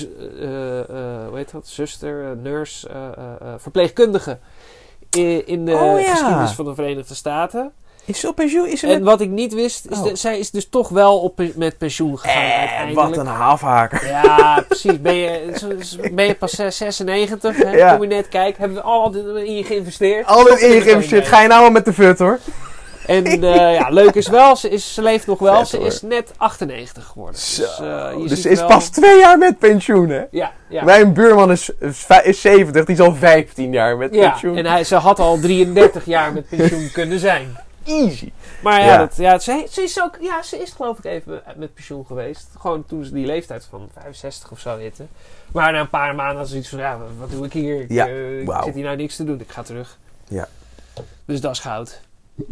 zuster, nurse, verpleegkundige in de geschiedenis van de Verenigde Staten. Is ze op pensioen? En wat ik niet wist, is zij is dus toch wel met pensioen gegaan uiteindelijk. Wat een afhaker. Ja, precies. Ben je pas 96, hè? Ja. Kom je net kijken, hebben we al in je geïnvesteerd. Altijd in je geïnvesteerd. Ga je nou al met de fut, hoor. En leuk is wel, ze leeft nog wel. Vet, ze is net 98 geworden. Dus ze is pas 2 jaar met pensioen, hè? Ja. Mijn buurman is 70, die is al 15 jaar met pensioen. En ze had al 33 jaar met pensioen kunnen zijn. Easy. Maar ze is geloof ik even met pensioen geweest. Gewoon toen ze die leeftijd van 65 of zo hitte. Maar na een paar maanden had ze iets van, wat doe ik hier? Ik zit hier nou niks te doen, ik ga terug. Ja. Dus dat is goud.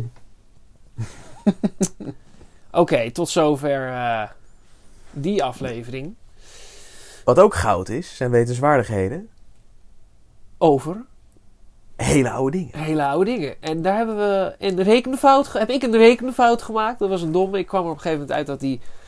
Oké, tot zover die aflevering. Wat ook goud is, zijn wetenswaardigheden. Over? Hele oude dingen. En daar hebben we heb ik een rekenfout gemaakt. Dat was een domme. Ik kwam er op een gegeven moment uit dat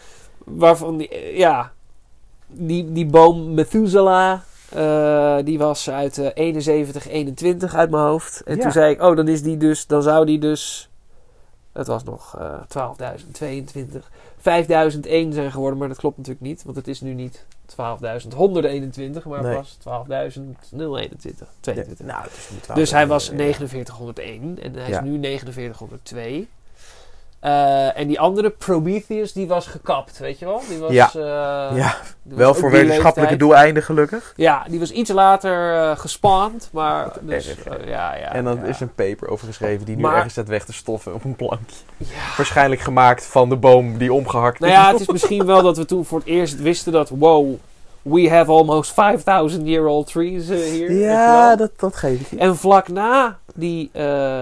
die boom Methuselah, die was uit 7121 uit mijn hoofd. En toen zei ik, dan zou die dus, het was nog 12.022, 5.001 zijn geworden. Maar dat klopt natuurlijk niet, want het is nu niet 12.121, maar pas 12.021. 22. Nou, het is nu dus hij was 4901 en hij is nu 4902. En die andere, Prometheus, die was gekapt, weet je wel? Die was, wel voor wetenschappelijke doeleinden gelukkig. Ja, die was iets later gespawned, maar... En dan is een paper over geschreven die nu ergens staat weg te stoffen op een plankje. Ja. Waarschijnlijk gemaakt van de boom die omgehakt is. Nou ja, het is misschien wel dat we toen voor het eerst wisten dat... Wow, we have almost 5,000-year-old trees hier. Ja, dat geef ik je. En vlak na die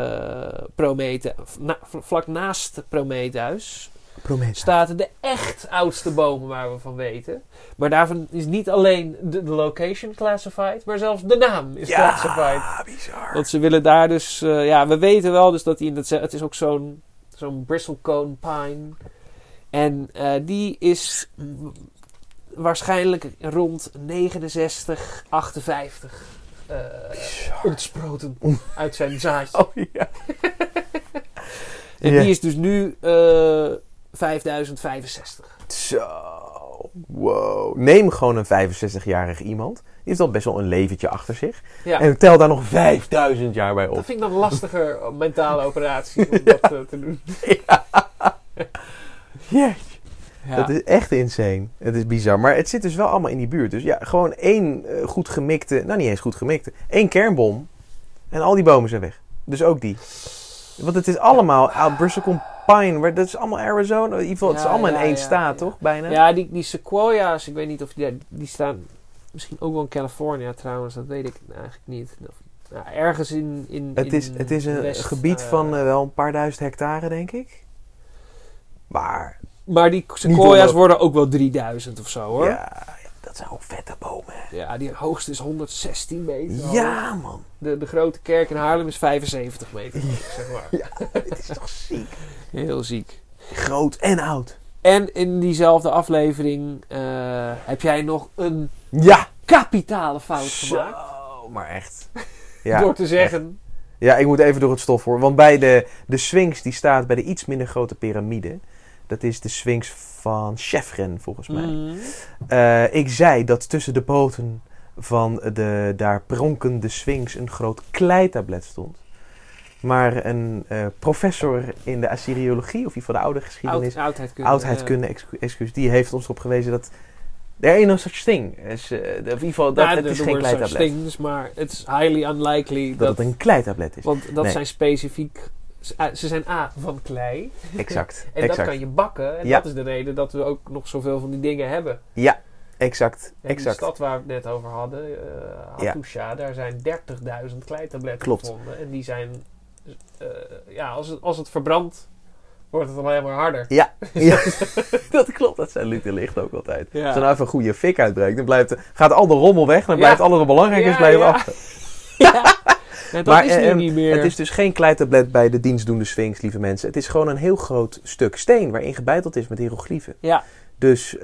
vlak naast Prometheus staat de echt oudste bomen waar we van weten. Maar daarvan is niet alleen de location classified, maar zelfs de naam is classified. Ja, bizar. Want ze willen daar dus... we weten wel dus dat het is ook zo'n bristlecone pine. En die is waarschijnlijk rond 69, 58 ontsproten uit zijn zaadje. Oh ja. En die is dus nu 5065. Zo, wow. Neem gewoon een 65-jarig iemand. Die heeft al best wel een leventje achter zich. Ja. En tel daar nog 5000 jaar bij op. Dat vind ik dan een lastiger mentale operatie om dat te doen. Ja. Dat is echt insane. Het is bizar. Maar het zit dus wel allemaal in die buurt. Dus ja, gewoon één goed gemikte... Nou, niet eens goed gemikte. 1 kernbom. En al die bomen zijn weg. Dus ook die. Want het is allemaal... Bristlecone Pine. Maar dat is allemaal Arizona. In ieder geval, het is allemaal in één staat, toch? Bijna. Ja, die sequoia's. Ik weet niet of die staan... Misschien ook wel in California trouwens. Dat weet ik eigenlijk niet. Ja, ergens in Het is een gebied van wel een paar duizend hectare, denk ik. Maar die sequoia's worden ook wel 3000 of zo, hoor. Ja, dat zijn ook vette bomen. Ja, die hoogste is 116 meter. Ja, man. De grote kerk in Haarlem is 75 meter, zeg maar. Ja, het is toch ziek. Heel ziek. Groot en oud. En in diezelfde aflevering heb jij nog een kapitale fout gemaakt. Zo, maar echt. Ja, door te zeggen... Echt. Ja, ik moet even door het stof, hoor. Want bij de Sphinx, die staat bij de iets minder grote piramide. Dat is de Sphinx van Chefren, volgens mij. Ik zei dat tussen de poten van de daar pronkende Sphinx een groot kleitablet stond. Maar een professor in de Assyriologie, of die van de oude geschiedenis... Oudheidkunde, excuus. Die heeft ons erop gewezen dat... There ain't no such thing. Dus, in ieder geval, het is geen kleitablet. Things, maar het is highly unlikely dat het een kleitablet is. Want dat zijn specifiek... Ze zijn van klei. Exact. En dat kan je bakken. En dat is de reden dat we ook nog zoveel van die dingen hebben. Ja, exact. En die stad waar we het net over hadden, Hattusha, daar zijn 30.000 kleitabletten gevonden. En die zijn... als het verbrandt, wordt het alleen maar harder. Ja, dat klopt. Dat zijn Luc de Licht ook altijd. Als er nou even een goede fik uitbreekt, dan gaat al de rommel weg. Dan blijft alles wat belangrijk is blijven achter. Ja, dat is nu niet meer. Het is dus geen kleitablet bij de dienstdoende Sphinx, lieve mensen. Het is gewoon een heel groot stuk steen waarin gebeiteld is met hiërogliefen. Ja. Dus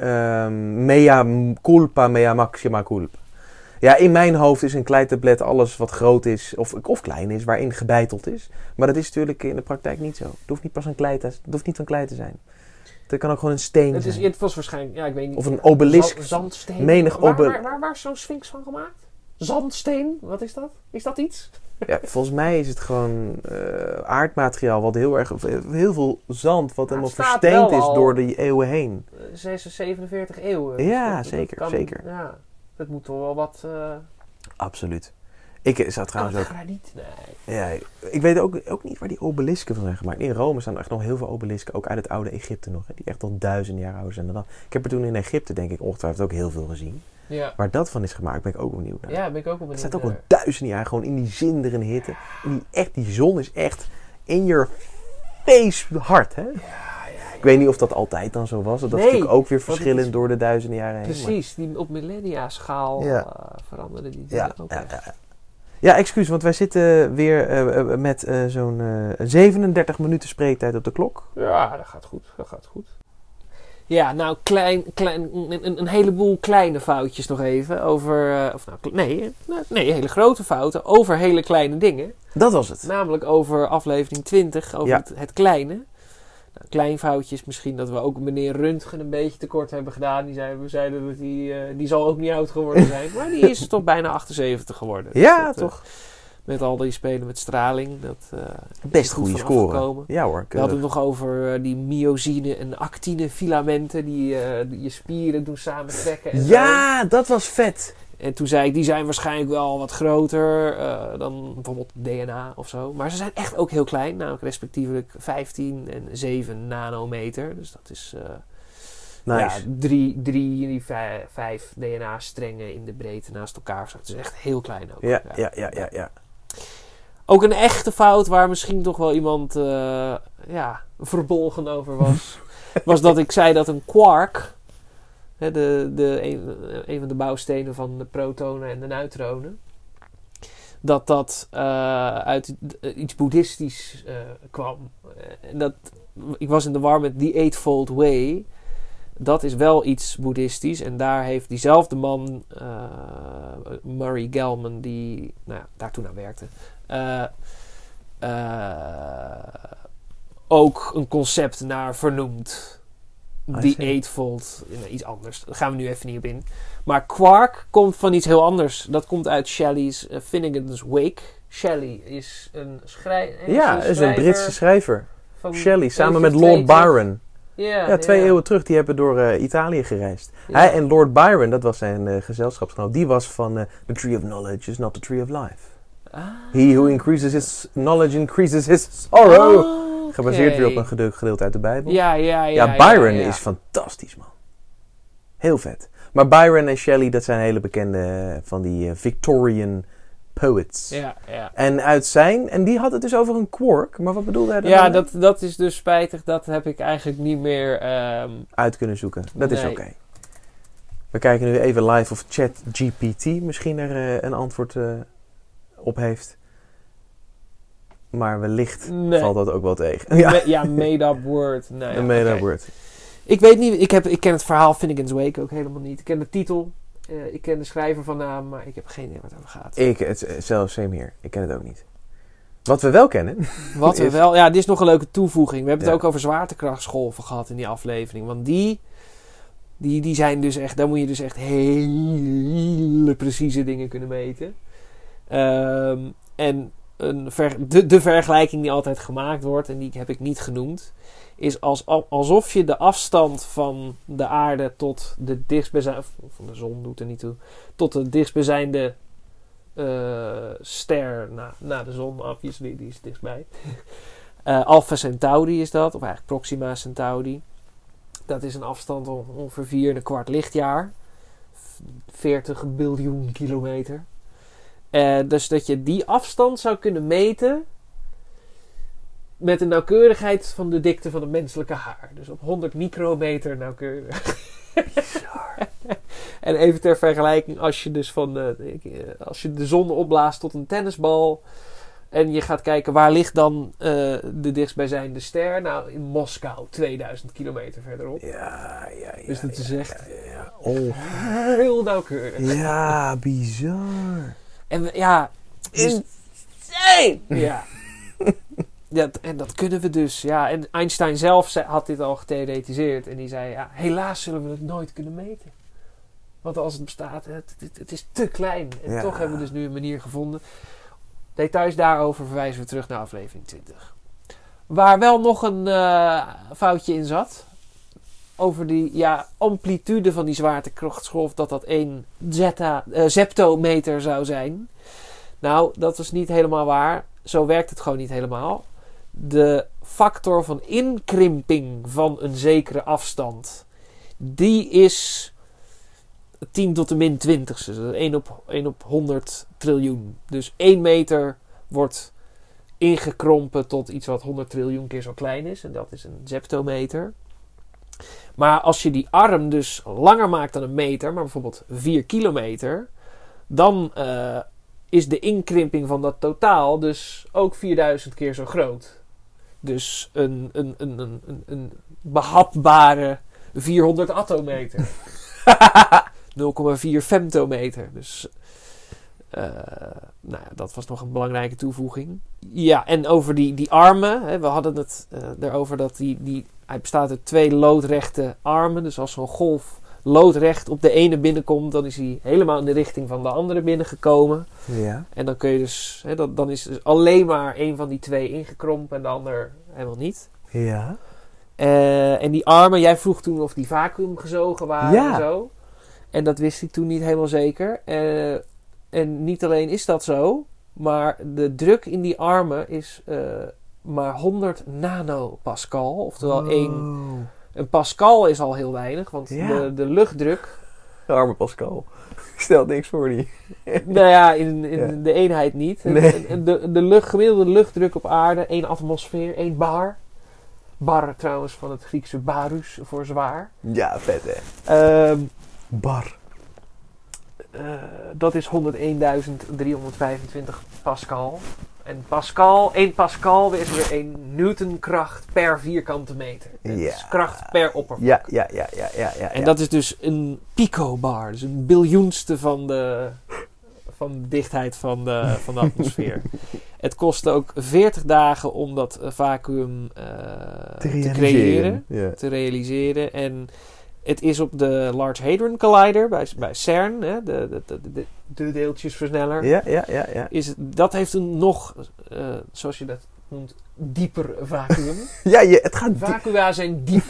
mea culpa, mea maxima culpa. Ja, in mijn hoofd is een kleitablet alles wat groot is of klein is, waarin gebeiteld is. Maar dat is natuurlijk in de praktijk niet zo. Het hoeft niet van klei te zijn. Het kan ook gewoon een steen zijn. Het was waarschijnlijk, ik weet niet. Of een obelisk. Zandsteen. Waar is zo'n Sphinx van gemaakt? Zandsteen? Wat is dat? Is dat iets? Ja, volgens mij is het gewoon aardmateriaal wat heel veel zand wat helemaal versteend is door de eeuwen heen. 47 eeuwen. Ja, dus zeker. Ja, dat moet toch wel wat... Absoluut. Ik zou trouwens ook... graniet? Nee. Ja, ik weet ook niet waar die obelisken van zijn gemaakt. In Rome staan er echt nog heel veel obelisken, ook uit het oude Egypte nog. Hè, die echt al 1000 jaar oud zijn dan dat. Ik heb er toen in Egypte, denk ik, ongetwijfeld ook heel veel gezien. Ja. Waar dat van is gemaakt, ben ik ook benieuwd naar. Ja, ben ik ook wel benieuwd. Het staat ook al 1000 jaar gewoon in die zinderende hitte. En die zon is echt in your face hard, hè? Ja. Ik weet niet of dat altijd dan zo was. Dat is natuurlijk ook weer verschillend door de duizenden jaren heen. Precies, die op millennia-schaal veranderen die dingen ook. Ja, excuus, want wij zitten weer met zo'n 37 minuten spreektijd op de klok. Ja, dat gaat goed. Ja, nou, een heleboel kleine foutjes nog even over... hele grote fouten over hele kleine dingen. Dat was het. Namelijk over aflevering 20, over het kleine. Nou, klein foutjes misschien dat we ook meneer Röntgen een beetje tekort hebben gedaan. We zeiden dat die zal ook niet oud geworden zijn. Maar die is toch bijna 78 geworden. Ja, dus toch. Met al die spelen met straling. Best goede score. Ja hoor. We hadden het nog over die myosine en actine filamenten die je spieren doen samentrekken. En zo. Dat was vet. En toen zei ik, die zijn waarschijnlijk wel wat groter dan bijvoorbeeld DNA of zo. Maar ze zijn echt ook heel klein. Namelijk respectievelijk 15 en 7 nanometer. Dus dat is nice. 5 DNA-strengen in de breedte naast elkaar. Het is echt heel klein ook. Ja. Ook een echte fout waar misschien toch wel iemand verbolgen over was. Was dat ik zei dat een quark... een van de bouwstenen van de protonen en de neutronen. Dat uit iets boeddhistisch kwam. Ik was in de war met The Eightfold Way. Dat is wel iets boeddhistisch. En daar heeft diezelfde man, Murray Gell-Mann, die daar toen aan werkte... ook een concept naar vernoemd. Die Eightfold, iets anders. Daar gaan we nu even niet op in. Maar quark komt van iets heel anders. Dat komt uit Shelley's Finnegan's Wake. Shelley is een schrijver. Ja, is een Britse schrijver. Shelley, samen met Lord Byron. Ja, 2 eeuwen terug, die hebben door Italië gereisd. Ja. Hij en Lord Byron, dat was zijn gezelschapsgenoot, die was van The Tree of Knowledge is not the Tree of Life. He who increases his knowledge increases his sorrow. Okay. Gebaseerd weer op een gedeelte uit de Bijbel. Ja, Byron is fantastisch, man. Heel vet. Maar Byron en Shelley, dat zijn hele bekende van die Victorian Poets. Ja. En die had het dus over een quark. Maar wat bedoelde hij dan? Ja, dat is dus spijtig. Dat heb ik eigenlijk niet meer... uit kunnen zoeken. Dat is Nee. oké. We kijken nu even live of ChatGPT misschien er een antwoord op heeft. Maar wellicht valt dat ook wel tegen. Made-up word. Nee, een made-up oké. word. Ik weet niet, ik ken het verhaal Finnegan's Wake ook helemaal niet. Ik ken de titel, ik ken de schrijver van naam, maar ik heb geen idee waar het over gaat. Zelfs same hier. Ik ken het ook niet. Wat we wel kennen. Dit is nog een leuke toevoeging. We hebben het ook over zwaartekrachtsgolven gehad in die aflevering. Want die zijn dus echt, daar moet je dus echt hele precieze dingen kunnen meten. En de vergelijking die altijd gemaakt wordt, en die heb ik niet genoemd, is alsof je de afstand van de aarde tot de dichtstbijzijnde, van de zon doet er niet toe, tot de dichtstbijzijnde ster na de zon, obviously, die is dichtstbij. Alpha Centauri is dat, of eigenlijk Proxima Centauri. Dat is een afstand van ongeveer 1/4 lichtjaar. 40 biljoen kilometer. Dus dat je die afstand zou kunnen meten met een nauwkeurigheid van de dikte van het menselijke haar. Dus op 100 micrometer nauwkeurig. En even ter vergelijking, als je dus als je de zon opblaast tot een tennisbal en je gaat kijken waar ligt dan de dichtstbijzijnde ster. Nou, in Moskou, 2000 kilometer verderop. Ja. Dus dat is echt heel nauwkeurig. Ja, bizar. En ja, insane! Ja. Ja, en dat kunnen we dus. Ja, en Einstein zelf had dit al getheoretiseerd. En die zei, ja, helaas zullen we het nooit kunnen meten. Want als het bestaat, het is te klein. En toch hebben we dus nu een manier gevonden. Details daarover verwijzen we terug naar aflevering 20. Waar wel nog een foutje in zat. Over die amplitude van die zwaartekrachtsgolf. Dat 1 zeptometer zou zijn. Nou, dat is niet helemaal waar. Zo werkt het gewoon niet helemaal. De factor van inkrimping van een zekere afstand, die is 10 tot de min 20ste. Dus 1 op 100 triljoen. Dus 1 meter wordt ingekrompen tot iets wat 100 triljoen keer zo klein is. En dat is een zeptometer. Maar als je die arm dus langer maakt dan een meter, maar bijvoorbeeld 4 kilometer, dan is de inkrimping van dat totaal dus ook 4000 keer zo groot. Dus een behapbare 400 atometer. 0,4 femtometer. Dus dat was nog een belangrijke toevoeging. Ja, en over die armen. Hè, we hadden het erover dat hij bestaat uit 2 loodrechte armen. Dus als zo'n golf loodrecht op de ene binnenkomt, dan is hij helemaal in de richting van de andere binnengekomen. Ja. En dan kun je dus, dan is dus alleen maar een van die 2 ingekrompen en de ander helemaal niet. Ja. En die armen, jij vroeg toen of die vacuümgezogen waren en zo. En dat wist ik toen niet helemaal zeker. En niet alleen is dat zo, maar de druk in die armen is maar 100 nanopascal. Oftewel een pascal is al heel weinig, want de luchtdruk... De arme Pascal. Stelt niks voor die. Nou ja, in de eenheid niet. Nee. De gemiddelde luchtdruk op aarde, 1 atmosfeer, 1 bar. Bar trouwens van het Griekse barus voor zwaar. Ja, vet hè. Bar. Dat is 101.325 pascal. En pascal, 1 pascal is weer 1 newtonkracht per vierkante meter. Dat is kracht per oppervlak. Ja. En dat is dus een picobar. Dus een biljoenste van de dichtheid van de Het kost ook 40 dagen om dat vacuüm te creëren. Ja. Te realiseren. En het is op de Large Hadron Collider bij CERN, hè, de deeltjesversneller. Ja. Dat heeft een nog, zoals je dat noemt, dieper vacuüm. Het gaat Vacua zijn diep.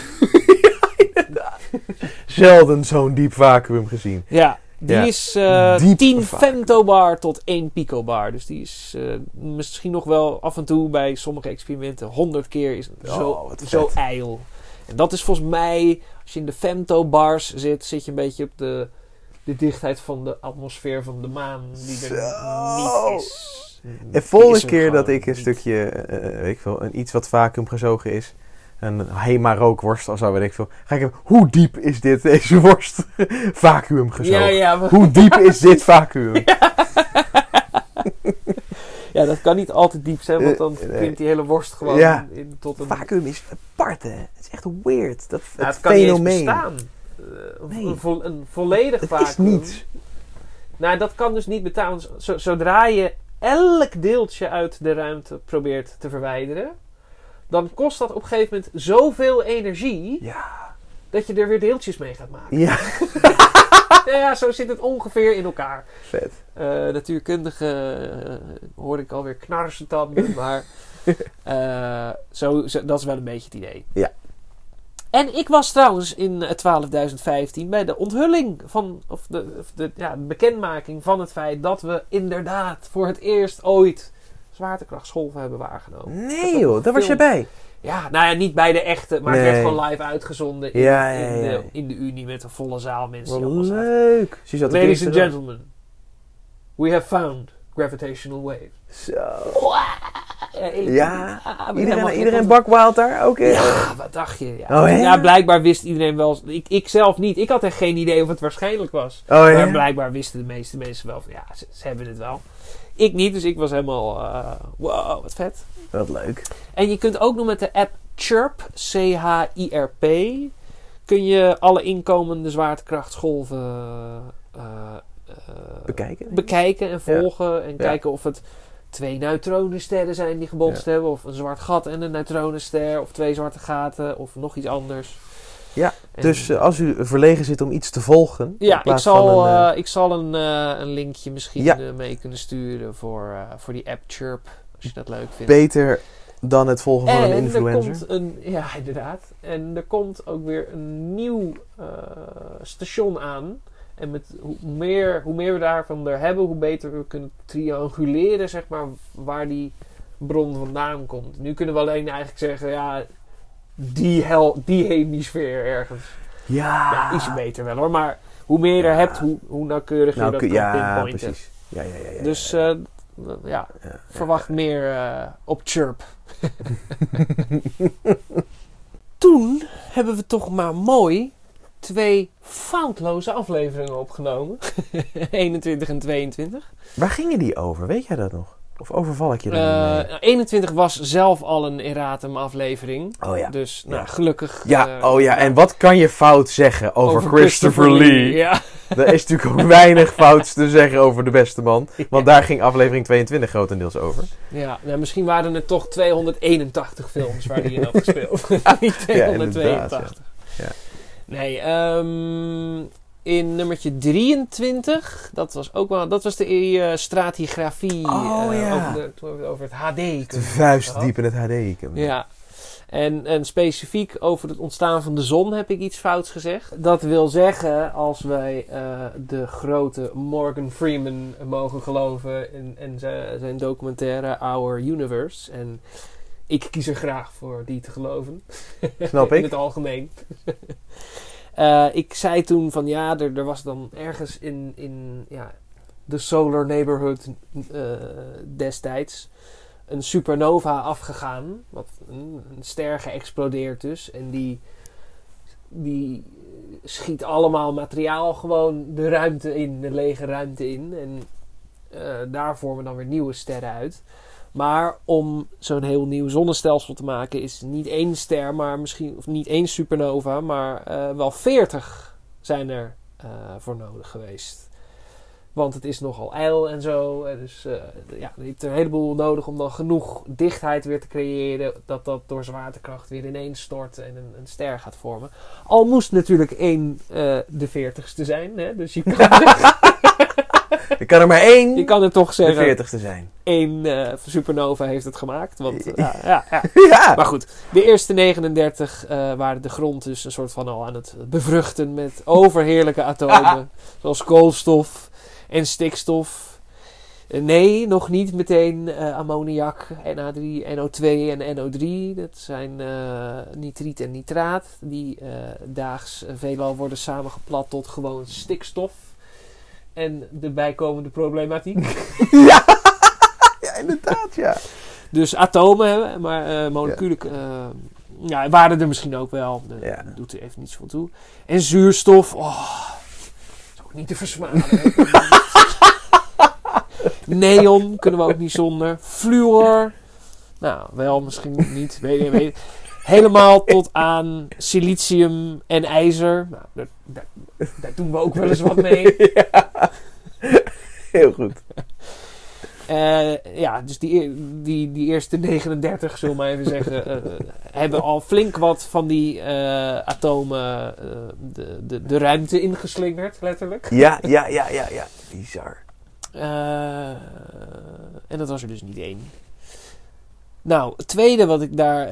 Zelden zo'n diep vacuüm gezien. Ja, die is 10 femtobar tot 1 picobar. Dus die is misschien nog wel af en toe bij sommige experimenten 100 keer is zo ijl. En dat is volgens mij, als je in de femtobars zit je een beetje op de de dichtheid van de atmosfeer van de maan die er Zo. niet is. En volgende is er keer dat gewoon ik een niet. stukje, weet ik veel, een iets wat vacuüm gezogen is, een Hema rookworst of zo, weet ik veel, ga ik even, hoe diep is deze worst vacuüm gezogen? Ja, Hoe diep is dit vacuüm? ja, dat kan niet altijd diep zijn, want dan Nee. klimt die hele worst gewoon Ja. tot een... Vacuüm is apart, hè? Het is echt weird, dat Nou, het het kan niet eens fenomeen. bestaan. Nee. Een volledig Het vacuüm. is niets. Nou, dat kan dus niet bestaan. Want zodra je elk deeltje uit de ruimte probeert te verwijderen, dan kost dat op een gegeven moment zoveel energie Ja. dat je er weer deeltjes mee gaat maken. Ja, Ja, zo zit het ongeveer in elkaar. vet. Natuurkundige hoor ik alweer knarsetanden, maar dat is wel een beetje het idee. Ja. En ik was trouwens in 12.015 bij de onthulling van, de bekendmaking van het feit dat we inderdaad voor het eerst ooit zwaartekrachtsgolven hebben waargenomen. Nee joh, daar was je bij. Ja, nou ja, niet bij de echte, maar het Nee. werd gewoon live uitgezonden Ja. in de Unie met een volle zaal mensen die Wat allemaal zaten. leuk. Zie je dat Ladies and gentlemen, we have found gravitational wave. Zo. Ja, Iedereen bakwaalt daar? Oké. Ja, wat dacht je? Ja. Oh, ja? Ja, blijkbaar wist iedereen wel. Ik zelf niet. Ik had echt geen idee of het waarschijnlijk was. Oh ja? Maar blijkbaar wisten de meeste mensen wel van ja, ze hebben het wel. Ik niet, dus ik was helemaal wow, wat vet. Wat leuk. En je kunt ook nog met de app Chirp, CHIRP, kun je alle inkomende zwaartekrachtsgolven bekijken en volgen. En kijken of het 2 neutronensterren zijn die gebotst hebben. Of een zwart gat en een neutronenster. Of 2 zwarte gaten. Of nog iets anders. Ja, en, dus als u verlegen zit om iets te volgen. ja, ik zal een linkje misschien mee kunnen sturen voor die app Chirp. Als je dat leuk vindt. Beter dan het volgen van een influencer. Ja, inderdaad. En er komt ook weer een nieuw station aan. En met hoe meer we daarvan er hebben, hoe beter we kunnen trianguleren, zeg maar, waar die bron vandaan komt. Nu kunnen we alleen eigenlijk zeggen, ja, die hemisfeer ergens. Ja. Iets beter wel hoor, maar hoe meer je er hebt, hoe nauwkeuriger je dat kan pinpointen. Precies. Ja. Dus verwacht meer op Chirp. Toen hebben we toch maar mooi 2 foutloze afleveringen opgenomen. 21 en 22. Waar gingen die over? Weet jij dat nog? Of overval ik je er mee? 21 was zelf al een erratum aflevering. Oh ja. Dus gelukkig. Ja, en wat kan je fout zeggen over Christopher Lee? Ja. Er is natuurlijk ook weinig fouts te zeggen over de beste man. Want daar ging aflevering 22 grotendeels over. Ja, nou, misschien waren het toch 281 films waar hij in had gespeeld. Niet 282. Ja. Nee, in nummertje 23, dat was de stratigrafie over het HD. De vuist diep in het HD. Ja, en specifiek over het ontstaan van de zon heb ik iets fouts gezegd. Dat wil zeggen, als wij de grote Morgan Freeman mogen geloven en zijn documentaire Our Universe. En ik kies er graag voor die te geloven. Snap ik. In het algemeen. Ik zei toen van ja, er was dan ergens in de Solar Neighborhood destijds een supernova afgegaan. Een ster geëxplodeerd dus. En die schiet allemaal materiaal gewoon de ruimte in, de lege ruimte in. En daar vormen dan weer nieuwe sterren uit. Maar om zo'n heel nieuw zonnestelsel te maken is niet 1 ster, maar misschien, of niet 1 supernova, maar wel 40 zijn er voor nodig geweest. Want het is nogal ijl en zo. Dus je hebt er een heleboel nodig om dan genoeg dichtheid weer te creëren. Dat door zwaartekracht weer ineens stort en een ster gaat vormen. Al moest natuurlijk 1 de 40ste zijn. Hè? Dus je kan er kan er maar 1 je kan er toch zeggen, de 40ste zijn. 1 supernova heeft het gemaakt. Want, Ja. Maar goed, de eerste 39 waren de grond dus een soort van al aan het bevruchten met overheerlijke atomen. Zoals koolstof en stikstof. Nee, nog niet meteen ammoniak, NH3, NO2 en NO3. Dat zijn nitriet en nitraat. Die daags veelal worden samengeplat tot gewoon stikstof. en de bijkomende problematiek. Ja, ja, inderdaad, ja. Dus atomen, maar moleculen waren er misschien ook wel. Dat doet er even niet zoveel toe. En zuurstof, is ook niet te versmaden. Neon kunnen we ook niet zonder. Fluor, nou, wel misschien niet. Weet. Helemaal tot aan silicium en ijzer. Nou, daar doen we ook wel eens wat mee. Ja. Heel goed. Dus die eerste 39, zullen we maar even zeggen, hebben al flink wat van die atomen de ruimte ingeslingerd, letterlijk. Ja. Bizar. En dat was er dus niet één. Nou, het tweede wat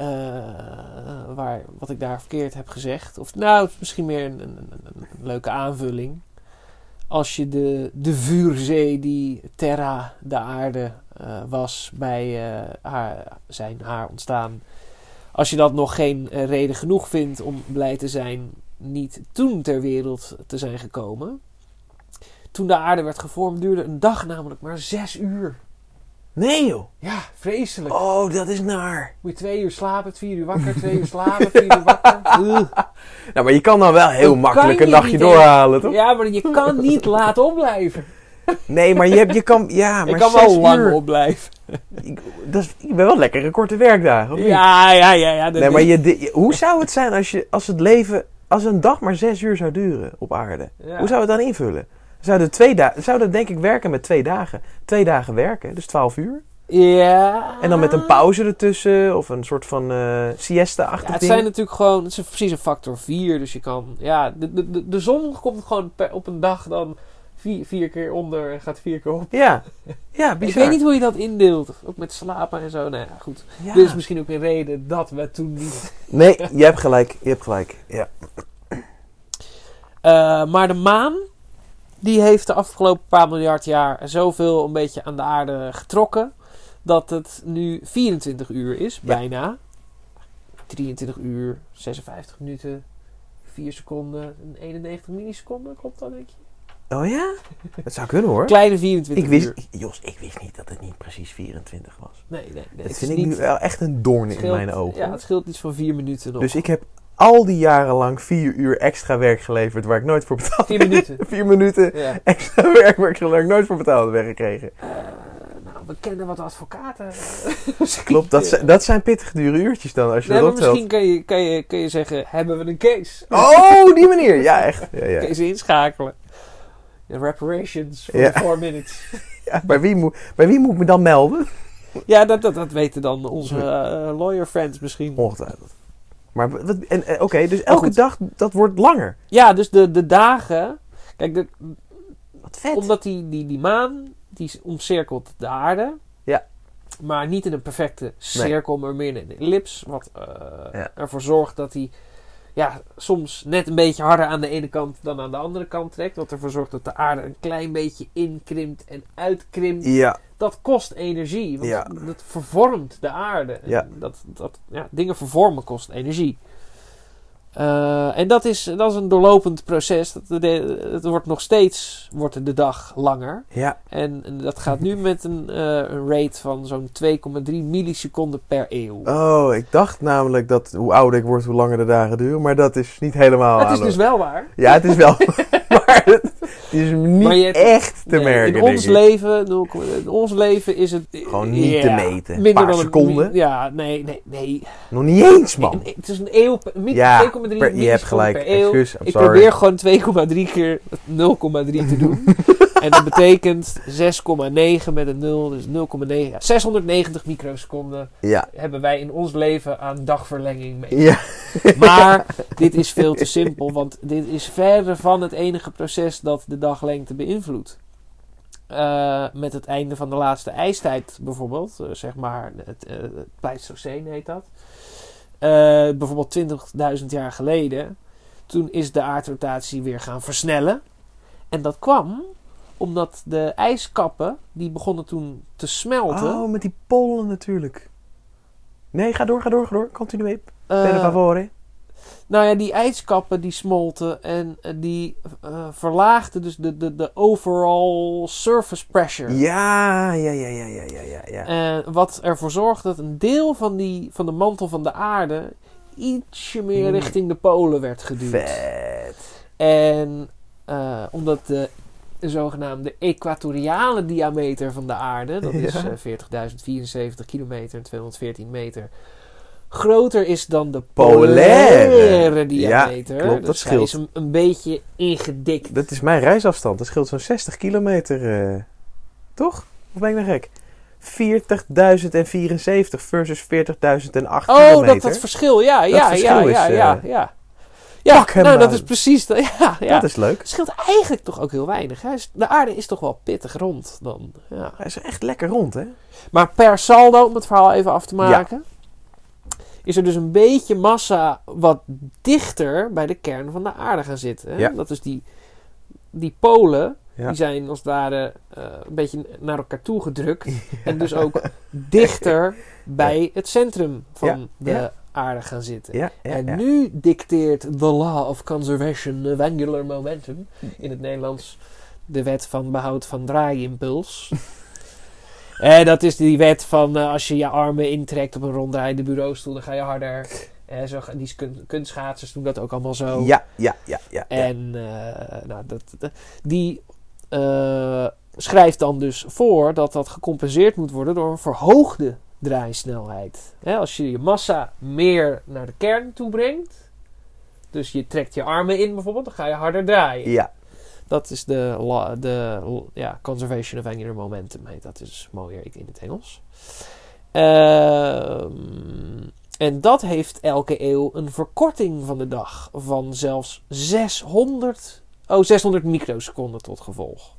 ik daar verkeerd heb gezegd, of nou, het is misschien meer een leuke aanvulling. Als je de vuurzee die Terra, de aarde, was bij haar ontstaan. Als je dat nog geen reden genoeg vindt om blij te zijn niet toen ter wereld te zijn gekomen. Toen de aarde werd gevormd duurde een dag namelijk maar 6 uur. Nee joh. Ja, vreselijk. Oh, dat is naar. Moet je 2 uur slapen, 4 uur wakker, 2 uur slapen, 4 uur wakker. Nou, maar je kan dan wel heel makkelijk een nachtje niet doorhalen, toch? Ja, maar je kan niet laten opblijven. Nee, maar je kan... Ja, maar ik kan 6 wel lang uur. opblijven. Je bent wel lekker een korte werkdagen, of niet? Ja. Nee, maar hoe zou het zijn als een dag maar 6 uur zou duren op aarde? Ja. Hoe zou het dan invullen? Zouden denk ik werken met 2 dagen. 2 dagen werken, dus 12 uur. Ja. En dan met een pauze ertussen, of een soort van siesta-achtig het ding. zijn natuurlijk gewoon, het is precies een factor 4. Dus je kan, de zon komt gewoon op een dag dan 4 keer onder en gaat 4 keer op. Ja, bizar. Ik weet niet hoe je dat indeelt. Ook met slapen en zo. Nou ja, goed. Ja. Dit is misschien ook een reden dat we toen niet... Nee, je hebt gelijk. Ja. Maar de maan, die heeft de afgelopen paar miljard jaar zoveel een beetje aan de aarde getrokken, dat het nu 24 uur is, bijna. 23 uur, 56 minuten, 4 seconden en 91 milliseconden. Klopt dat, denk je? Oh ja? Dat zou kunnen hoor. Kleine 24 uur. Jos, ik wist niet dat het niet precies 24 was. Nee. Dat vind ik nu wel echt een doorn in mijn ogen. Ja, het scheelt iets van 4 minuten nog. Dus ik heb al die jaren lang 4 uur extra werk geleverd waar ik nooit voor betaald 4 minuten. 4 minuten Ja. extra werk waar ik nooit voor betaald heb weggekregen. We kennen wat advocaten. Klopt, dat zijn pittig dure uurtjes dan als je dat optelt. Misschien kun je zeggen, hebben we een case? Oh, die manier. Ja, echt. Ja. Kun je ze inschakelen. Reparations voor 4 minutes. Ja, bij wie moet ik me dan melden? Ja, dat weten dan onze lawyer friends misschien. Ongetwijfeld. Maar oké, dus elke dag dat wordt langer. Ja, dus de dagen. Kijk, wat vet. Omdat die maan die omcirkelt de aarde. Ja. Maar niet in een perfecte cirkel, maar meer in een ellips. Wat ervoor zorgt dat hij soms net een beetje harder aan de ene kant dan aan de andere kant trekt. Wat ervoor zorgt dat de aarde een klein beetje inkrimpt en uitkrimpt. Ja. Dat kost energie. Want dat vervormt de aarde. Ja. Dingen vervormen kost energie. En dat is een doorlopend proces. Het wordt nog steeds de dag langer. Ja. En dat gaat nu met een rate van zo'n 2,3 milliseconden per eeuw. Oh, ik dacht namelijk dat hoe ouder ik word, hoe langer de dagen duren. Maar dat is niet helemaal Het is dus wel waar. Ja, het is wel maar het is niet echt te merken, in ons leven is het... Gewoon niet te meten. Minder een paar dan seconden. Nee. Nog niet eens, man. Het is een eeuw... 2,3 je hebt gelijk. per eeuw. Excuus, ik probeer gewoon 2,3 keer 0,3 te doen. En dat betekent 6,9 met een 0. Dus 0,9. 690 microseconden hebben wij in ons leven aan dagverlenging mee. Ja. Maar dit is veel te simpel. Want dit is verre van het enige proces dat de daglengte beïnvloedt. Met het einde van de laatste ijstijd bijvoorbeeld. Zeg maar het Pleistoceen heet dat. Bijvoorbeeld 20.000 jaar geleden. Toen is de aardrotatie weer gaan versnellen. En dat kwam omdat de ijskappen, die begonnen toen te smelten. Oh, met die polen natuurlijk. Nee, ga door. Continue. Per favore. Nou ja, die ijskappen die smolten en die verlaagden dus de overall surface pressure. Ja. Wat ervoor zorgt dat een deel van de mantel van de aarde ietsje meer richting de polen werd geduwd. Vet. En omdat de zogenaamde equatoriale diameter van de aarde, dat is 40.074 kilometer en 214 meter, groter is dan de polaire diameter. Ja, klopt, dat dus scheelt. hij is een beetje ingedikt. Dat is mijn reisafstand. Dat scheelt zo'n 60 kilometer. Toch? Of ben ik nou gek? 40.074 versus 40.008 kilometer. Dat verschil. Ja. Pak hem nou, dat aan. is precies... Ja. Dat is leuk. Het scheelt eigenlijk toch ook heel weinig. Hè? De aarde is toch wel pittig rond dan. Ja. Hij is echt lekker rond, hè? Maar per saldo, om het verhaal even af te maken, is er dus een beetje massa wat dichter bij de kern van de aarde gaan zitten. Hè? Ja. Dat is die polen, Ja. die zijn als het ware een beetje naar elkaar toe gedrukt. En dus ook dichter bij het centrum van de aarde gaan zitten. En nu dicteert the law of conservation of angular momentum, in het Nederlands de wet van behoud van draaiimpuls. Dat is die wet van als je je armen intrekt op een ronddraaiende bureaustoel, dan ga je harder. Die kunstschaatsers doen dat ook allemaal zo. Ja. En die schrijft dan dus voor dat gecompenseerd moet worden door een verhoogde draaisnelheid. Als je je massa meer naar de kern toe brengt, dus je trekt je armen in bijvoorbeeld, dan ga je harder draaien. Ja. Dat is de conservation of angular momentum heet dat is mooier in het Engels. En dat heeft elke eeuw een verkorting van de dag van zelfs 600 microseconden tot gevolg.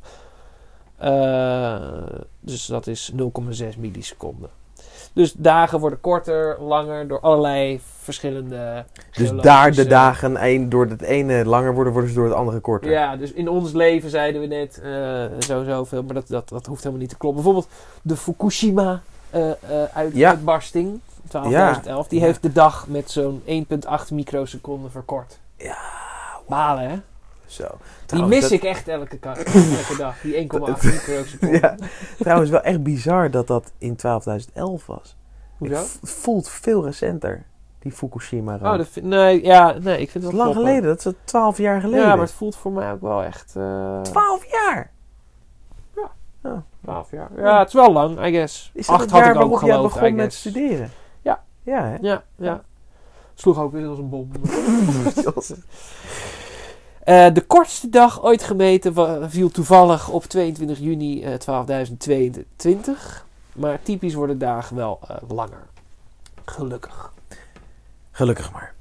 Dus dat is 0,6 milliseconden. Dus dagen worden korter, langer door allerlei verschillende. Dus daar de dagen door het ene langer worden ze door het andere korter. Ja, dus in ons leven zeiden we net zoveel, maar dat hoeft helemaal niet te kloppen. Bijvoorbeeld de Fukushima uitbarsting, 12.011, die heeft de dag met zo'n 1,8 microseconden verkort. Ja, balen, hè? Zo. Die mis ik echt elke dag, die 1,8 microseconden. Ja. Trouwens, wel echt bizar dat in 12.011 was. Hoezo? Het voelt veel recenter, die Fukushima ramp. Ik vind het wel lang geleden, dat is 12 jaar geleden. Ja, maar het voelt voor mij ook wel echt... 12 jaar? Ja, 12 jaar. Ja, het is wel lang, I guess. Is dat 8 het jaar had ik ook waarop jij geloofd, begon I met guess. studeren? Ja. Ja, hè? Ja. Sloeg ook weer als een bom. De kortste dag ooit gemeten viel toevallig op 22 juni 12.022. Maar typisch worden dagen wel langer. Gelukkig maar.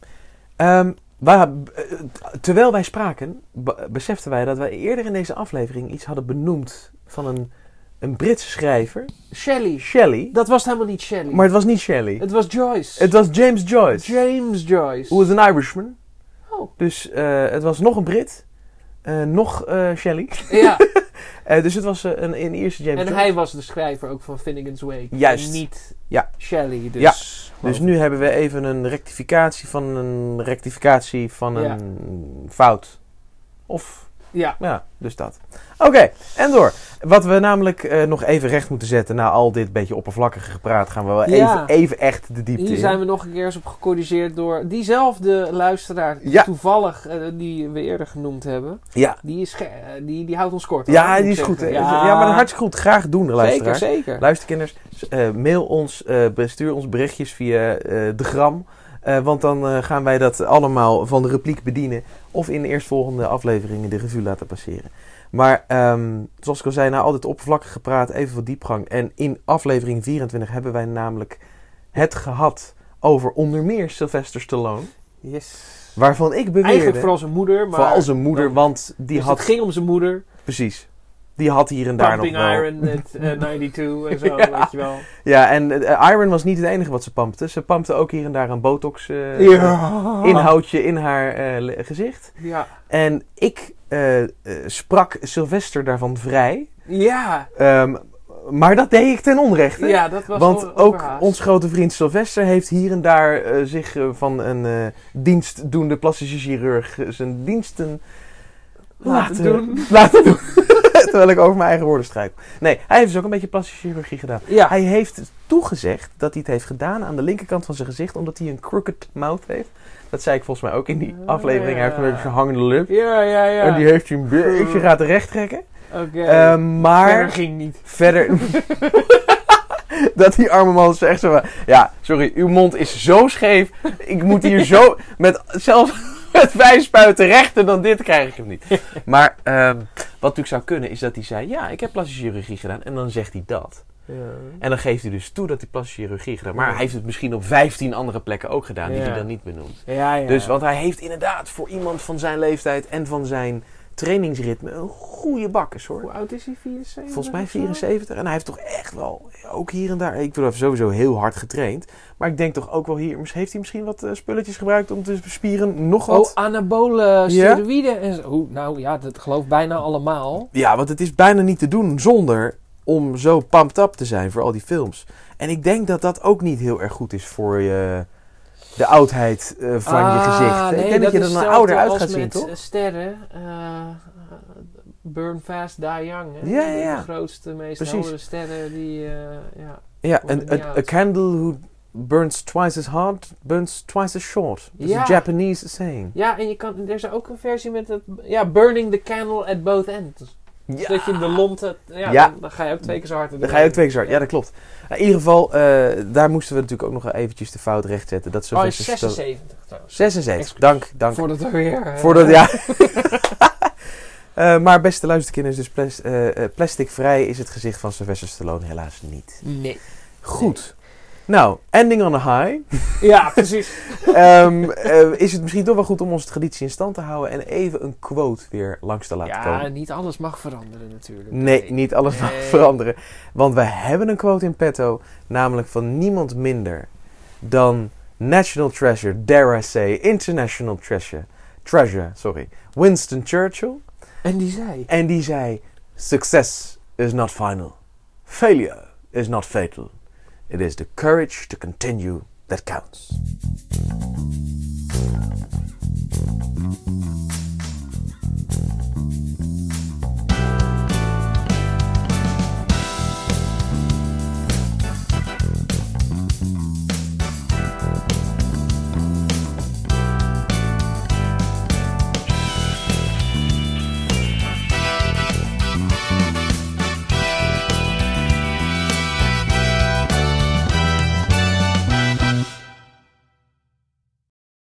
Terwijl wij spraken, beseften wij dat wij eerder in deze aflevering iets hadden benoemd van een Britse schrijver. Shelley. Dat was helemaal niet Shelley. Maar het was niet Shelley. Het was Joyce. Het was James Joyce. James Joyce. Who was an Irishman. Oh. Dus het was nog een Brit. Nog Shelley. Ja. Dus het was een eerste James Joyce. En hij was de schrijver ook van Finnegan's Wake. Juist. En niet Ja. Shelley. Dus, ja. Dus nu hebben we even een rectificatie van een fout. Of... Ja, dus dat. Oké, en door. Wat we namelijk nog even recht moeten zetten na al dit beetje oppervlakkige gepraat, gaan we wel even echt de diepte in. Hier zijn we nog een keer eens op gecorrigeerd door diezelfde luisteraar, toevallig, die we eerder genoemd hebben. Ja. Die houdt ons kort. Ja, die is goed. Ja, maar dat hartstikke goed. Graag doen, luisteraar. Zeker. Luisterkinders, mail ons, stuur ons berichtjes via de gram. Want dan gaan wij dat allemaal van de repliek bedienen. Of in de eerstvolgende afleveringen de revue laten passeren. Maar zoals ik al zei, na al dit oppervlakkige gepraat, even wat diepgang. En in aflevering 24 hebben wij namelijk het gehad over onder meer Sylvester Stallone. Yes. Waarvan ik beweerde... Eigenlijk vooral zijn moeder. Maar vooral zijn moeder, want die dus had... het ging om zijn moeder. Precies. Die had hier en daar nog wel... Pumping Iron at 92 en zo, weet je wel. Ja, en Iron was niet het enige wat ze pampte. Ze pampte ook hier en daar een botox inhoudje in haar gezicht. Ja. En ik sprak Sylvester daarvan vrij. Ja. Maar dat deed ik ten onrechte. Ja, dat was Want ook overhaast. ons grote vriend Sylvester heeft hier en daar zich van een dienstdoende plastische chirurg zijn diensten laten doen. Terwijl ik over mijn eigen woorden struikel. Nee, hij heeft dus ook een beetje plastische chirurgie gedaan. Ja. Hij heeft toegezegd dat hij het heeft gedaan aan de linkerkant van zijn gezicht, omdat hij een crooked mouth heeft. Dat zei ik volgens mij ook in die aflevering. Hij heeft een beetje een hangende lip. Ja. En die heeft hij een beetje gaat recht trekken. Oké. Maar Verder ging niet. verder... dat die arme man zegt zo van... Ja, sorry, uw mond is zo scheef. Ik moet hier zo... zelfs met 5 spuiten rechter dan dit krijg ik hem niet. Maar wat natuurlijk zou kunnen is dat hij zei... Ja, ik heb plastische chirurgie gedaan. En dan zegt hij dat. Ja. En dan geeft hij dus toe dat hij plastische chirurgie gedaan. Maar hij heeft het misschien op 15 andere plekken ook gedaan. Die hij dan niet benoemt. Ja. Dus, want hij heeft inderdaad voor iemand van zijn leeftijd en van zijn trainingsritme een goede bakkes hoor. Hoe oud is hij? 74? Volgens mij 74. En hij heeft toch echt wel, ook hier en daar, ik bedoel, sowieso heel hard getraind. Maar ik denk toch ook wel hier, heeft hij misschien wat spulletjes gebruikt om te spieren nog wat? Oh, anabole steroïden en zo. Nou ja, dat geloof bijna allemaal. Ja, want het is bijna niet te doen zonder om zo pumped up te zijn voor al die films. En ik denk dat dat ook niet heel erg goed is voor je... De oudheid van je gezicht. Nee, ik denk dat je er dan ouder uit gaat zien, toch? Sterren. Burn fast, die young. Hè? Ja. De grootste, meest Precies. heldere sterren die... Ja, worden niet a oud. candle who burns twice as hard, burns twice as short. Dat is Ja. een Japanese saying. Ja, en er is ook een versie met het... Ja, burning the candle at both ends. Dus dat je de lonten... Ja. Dan ga je ook 2 keer zo hard. Dan ga je ook 2 keer zo hard. Ja, dat klopt. Nou, in ieder geval, daar moesten we natuurlijk ook nog eventjes de fout rechtzetten. Dat Oh, Sylvester 76 trouwens. 76. Dank. Voordat we weer... Voordat, ja. Maar beste luisterkinders, dus plasticvrij is het gezicht van Sylvester Stallone helaas niet. Nee. Goed. Nou, ending on a high. Ja, precies. Is het misschien toch wel goed om onze traditie in stand te houden en even een quote weer langs te laten komen. Ja, niet alles mag veranderen natuurlijk. Nee, niet alles mag veranderen. Want we hebben een quote in petto, namelijk van niemand minder dan National Treasure, dare I say, International Treasure, Winston Churchill. En die zei... Success is not final. Failure is not fatal. It is the courage to continue that counts.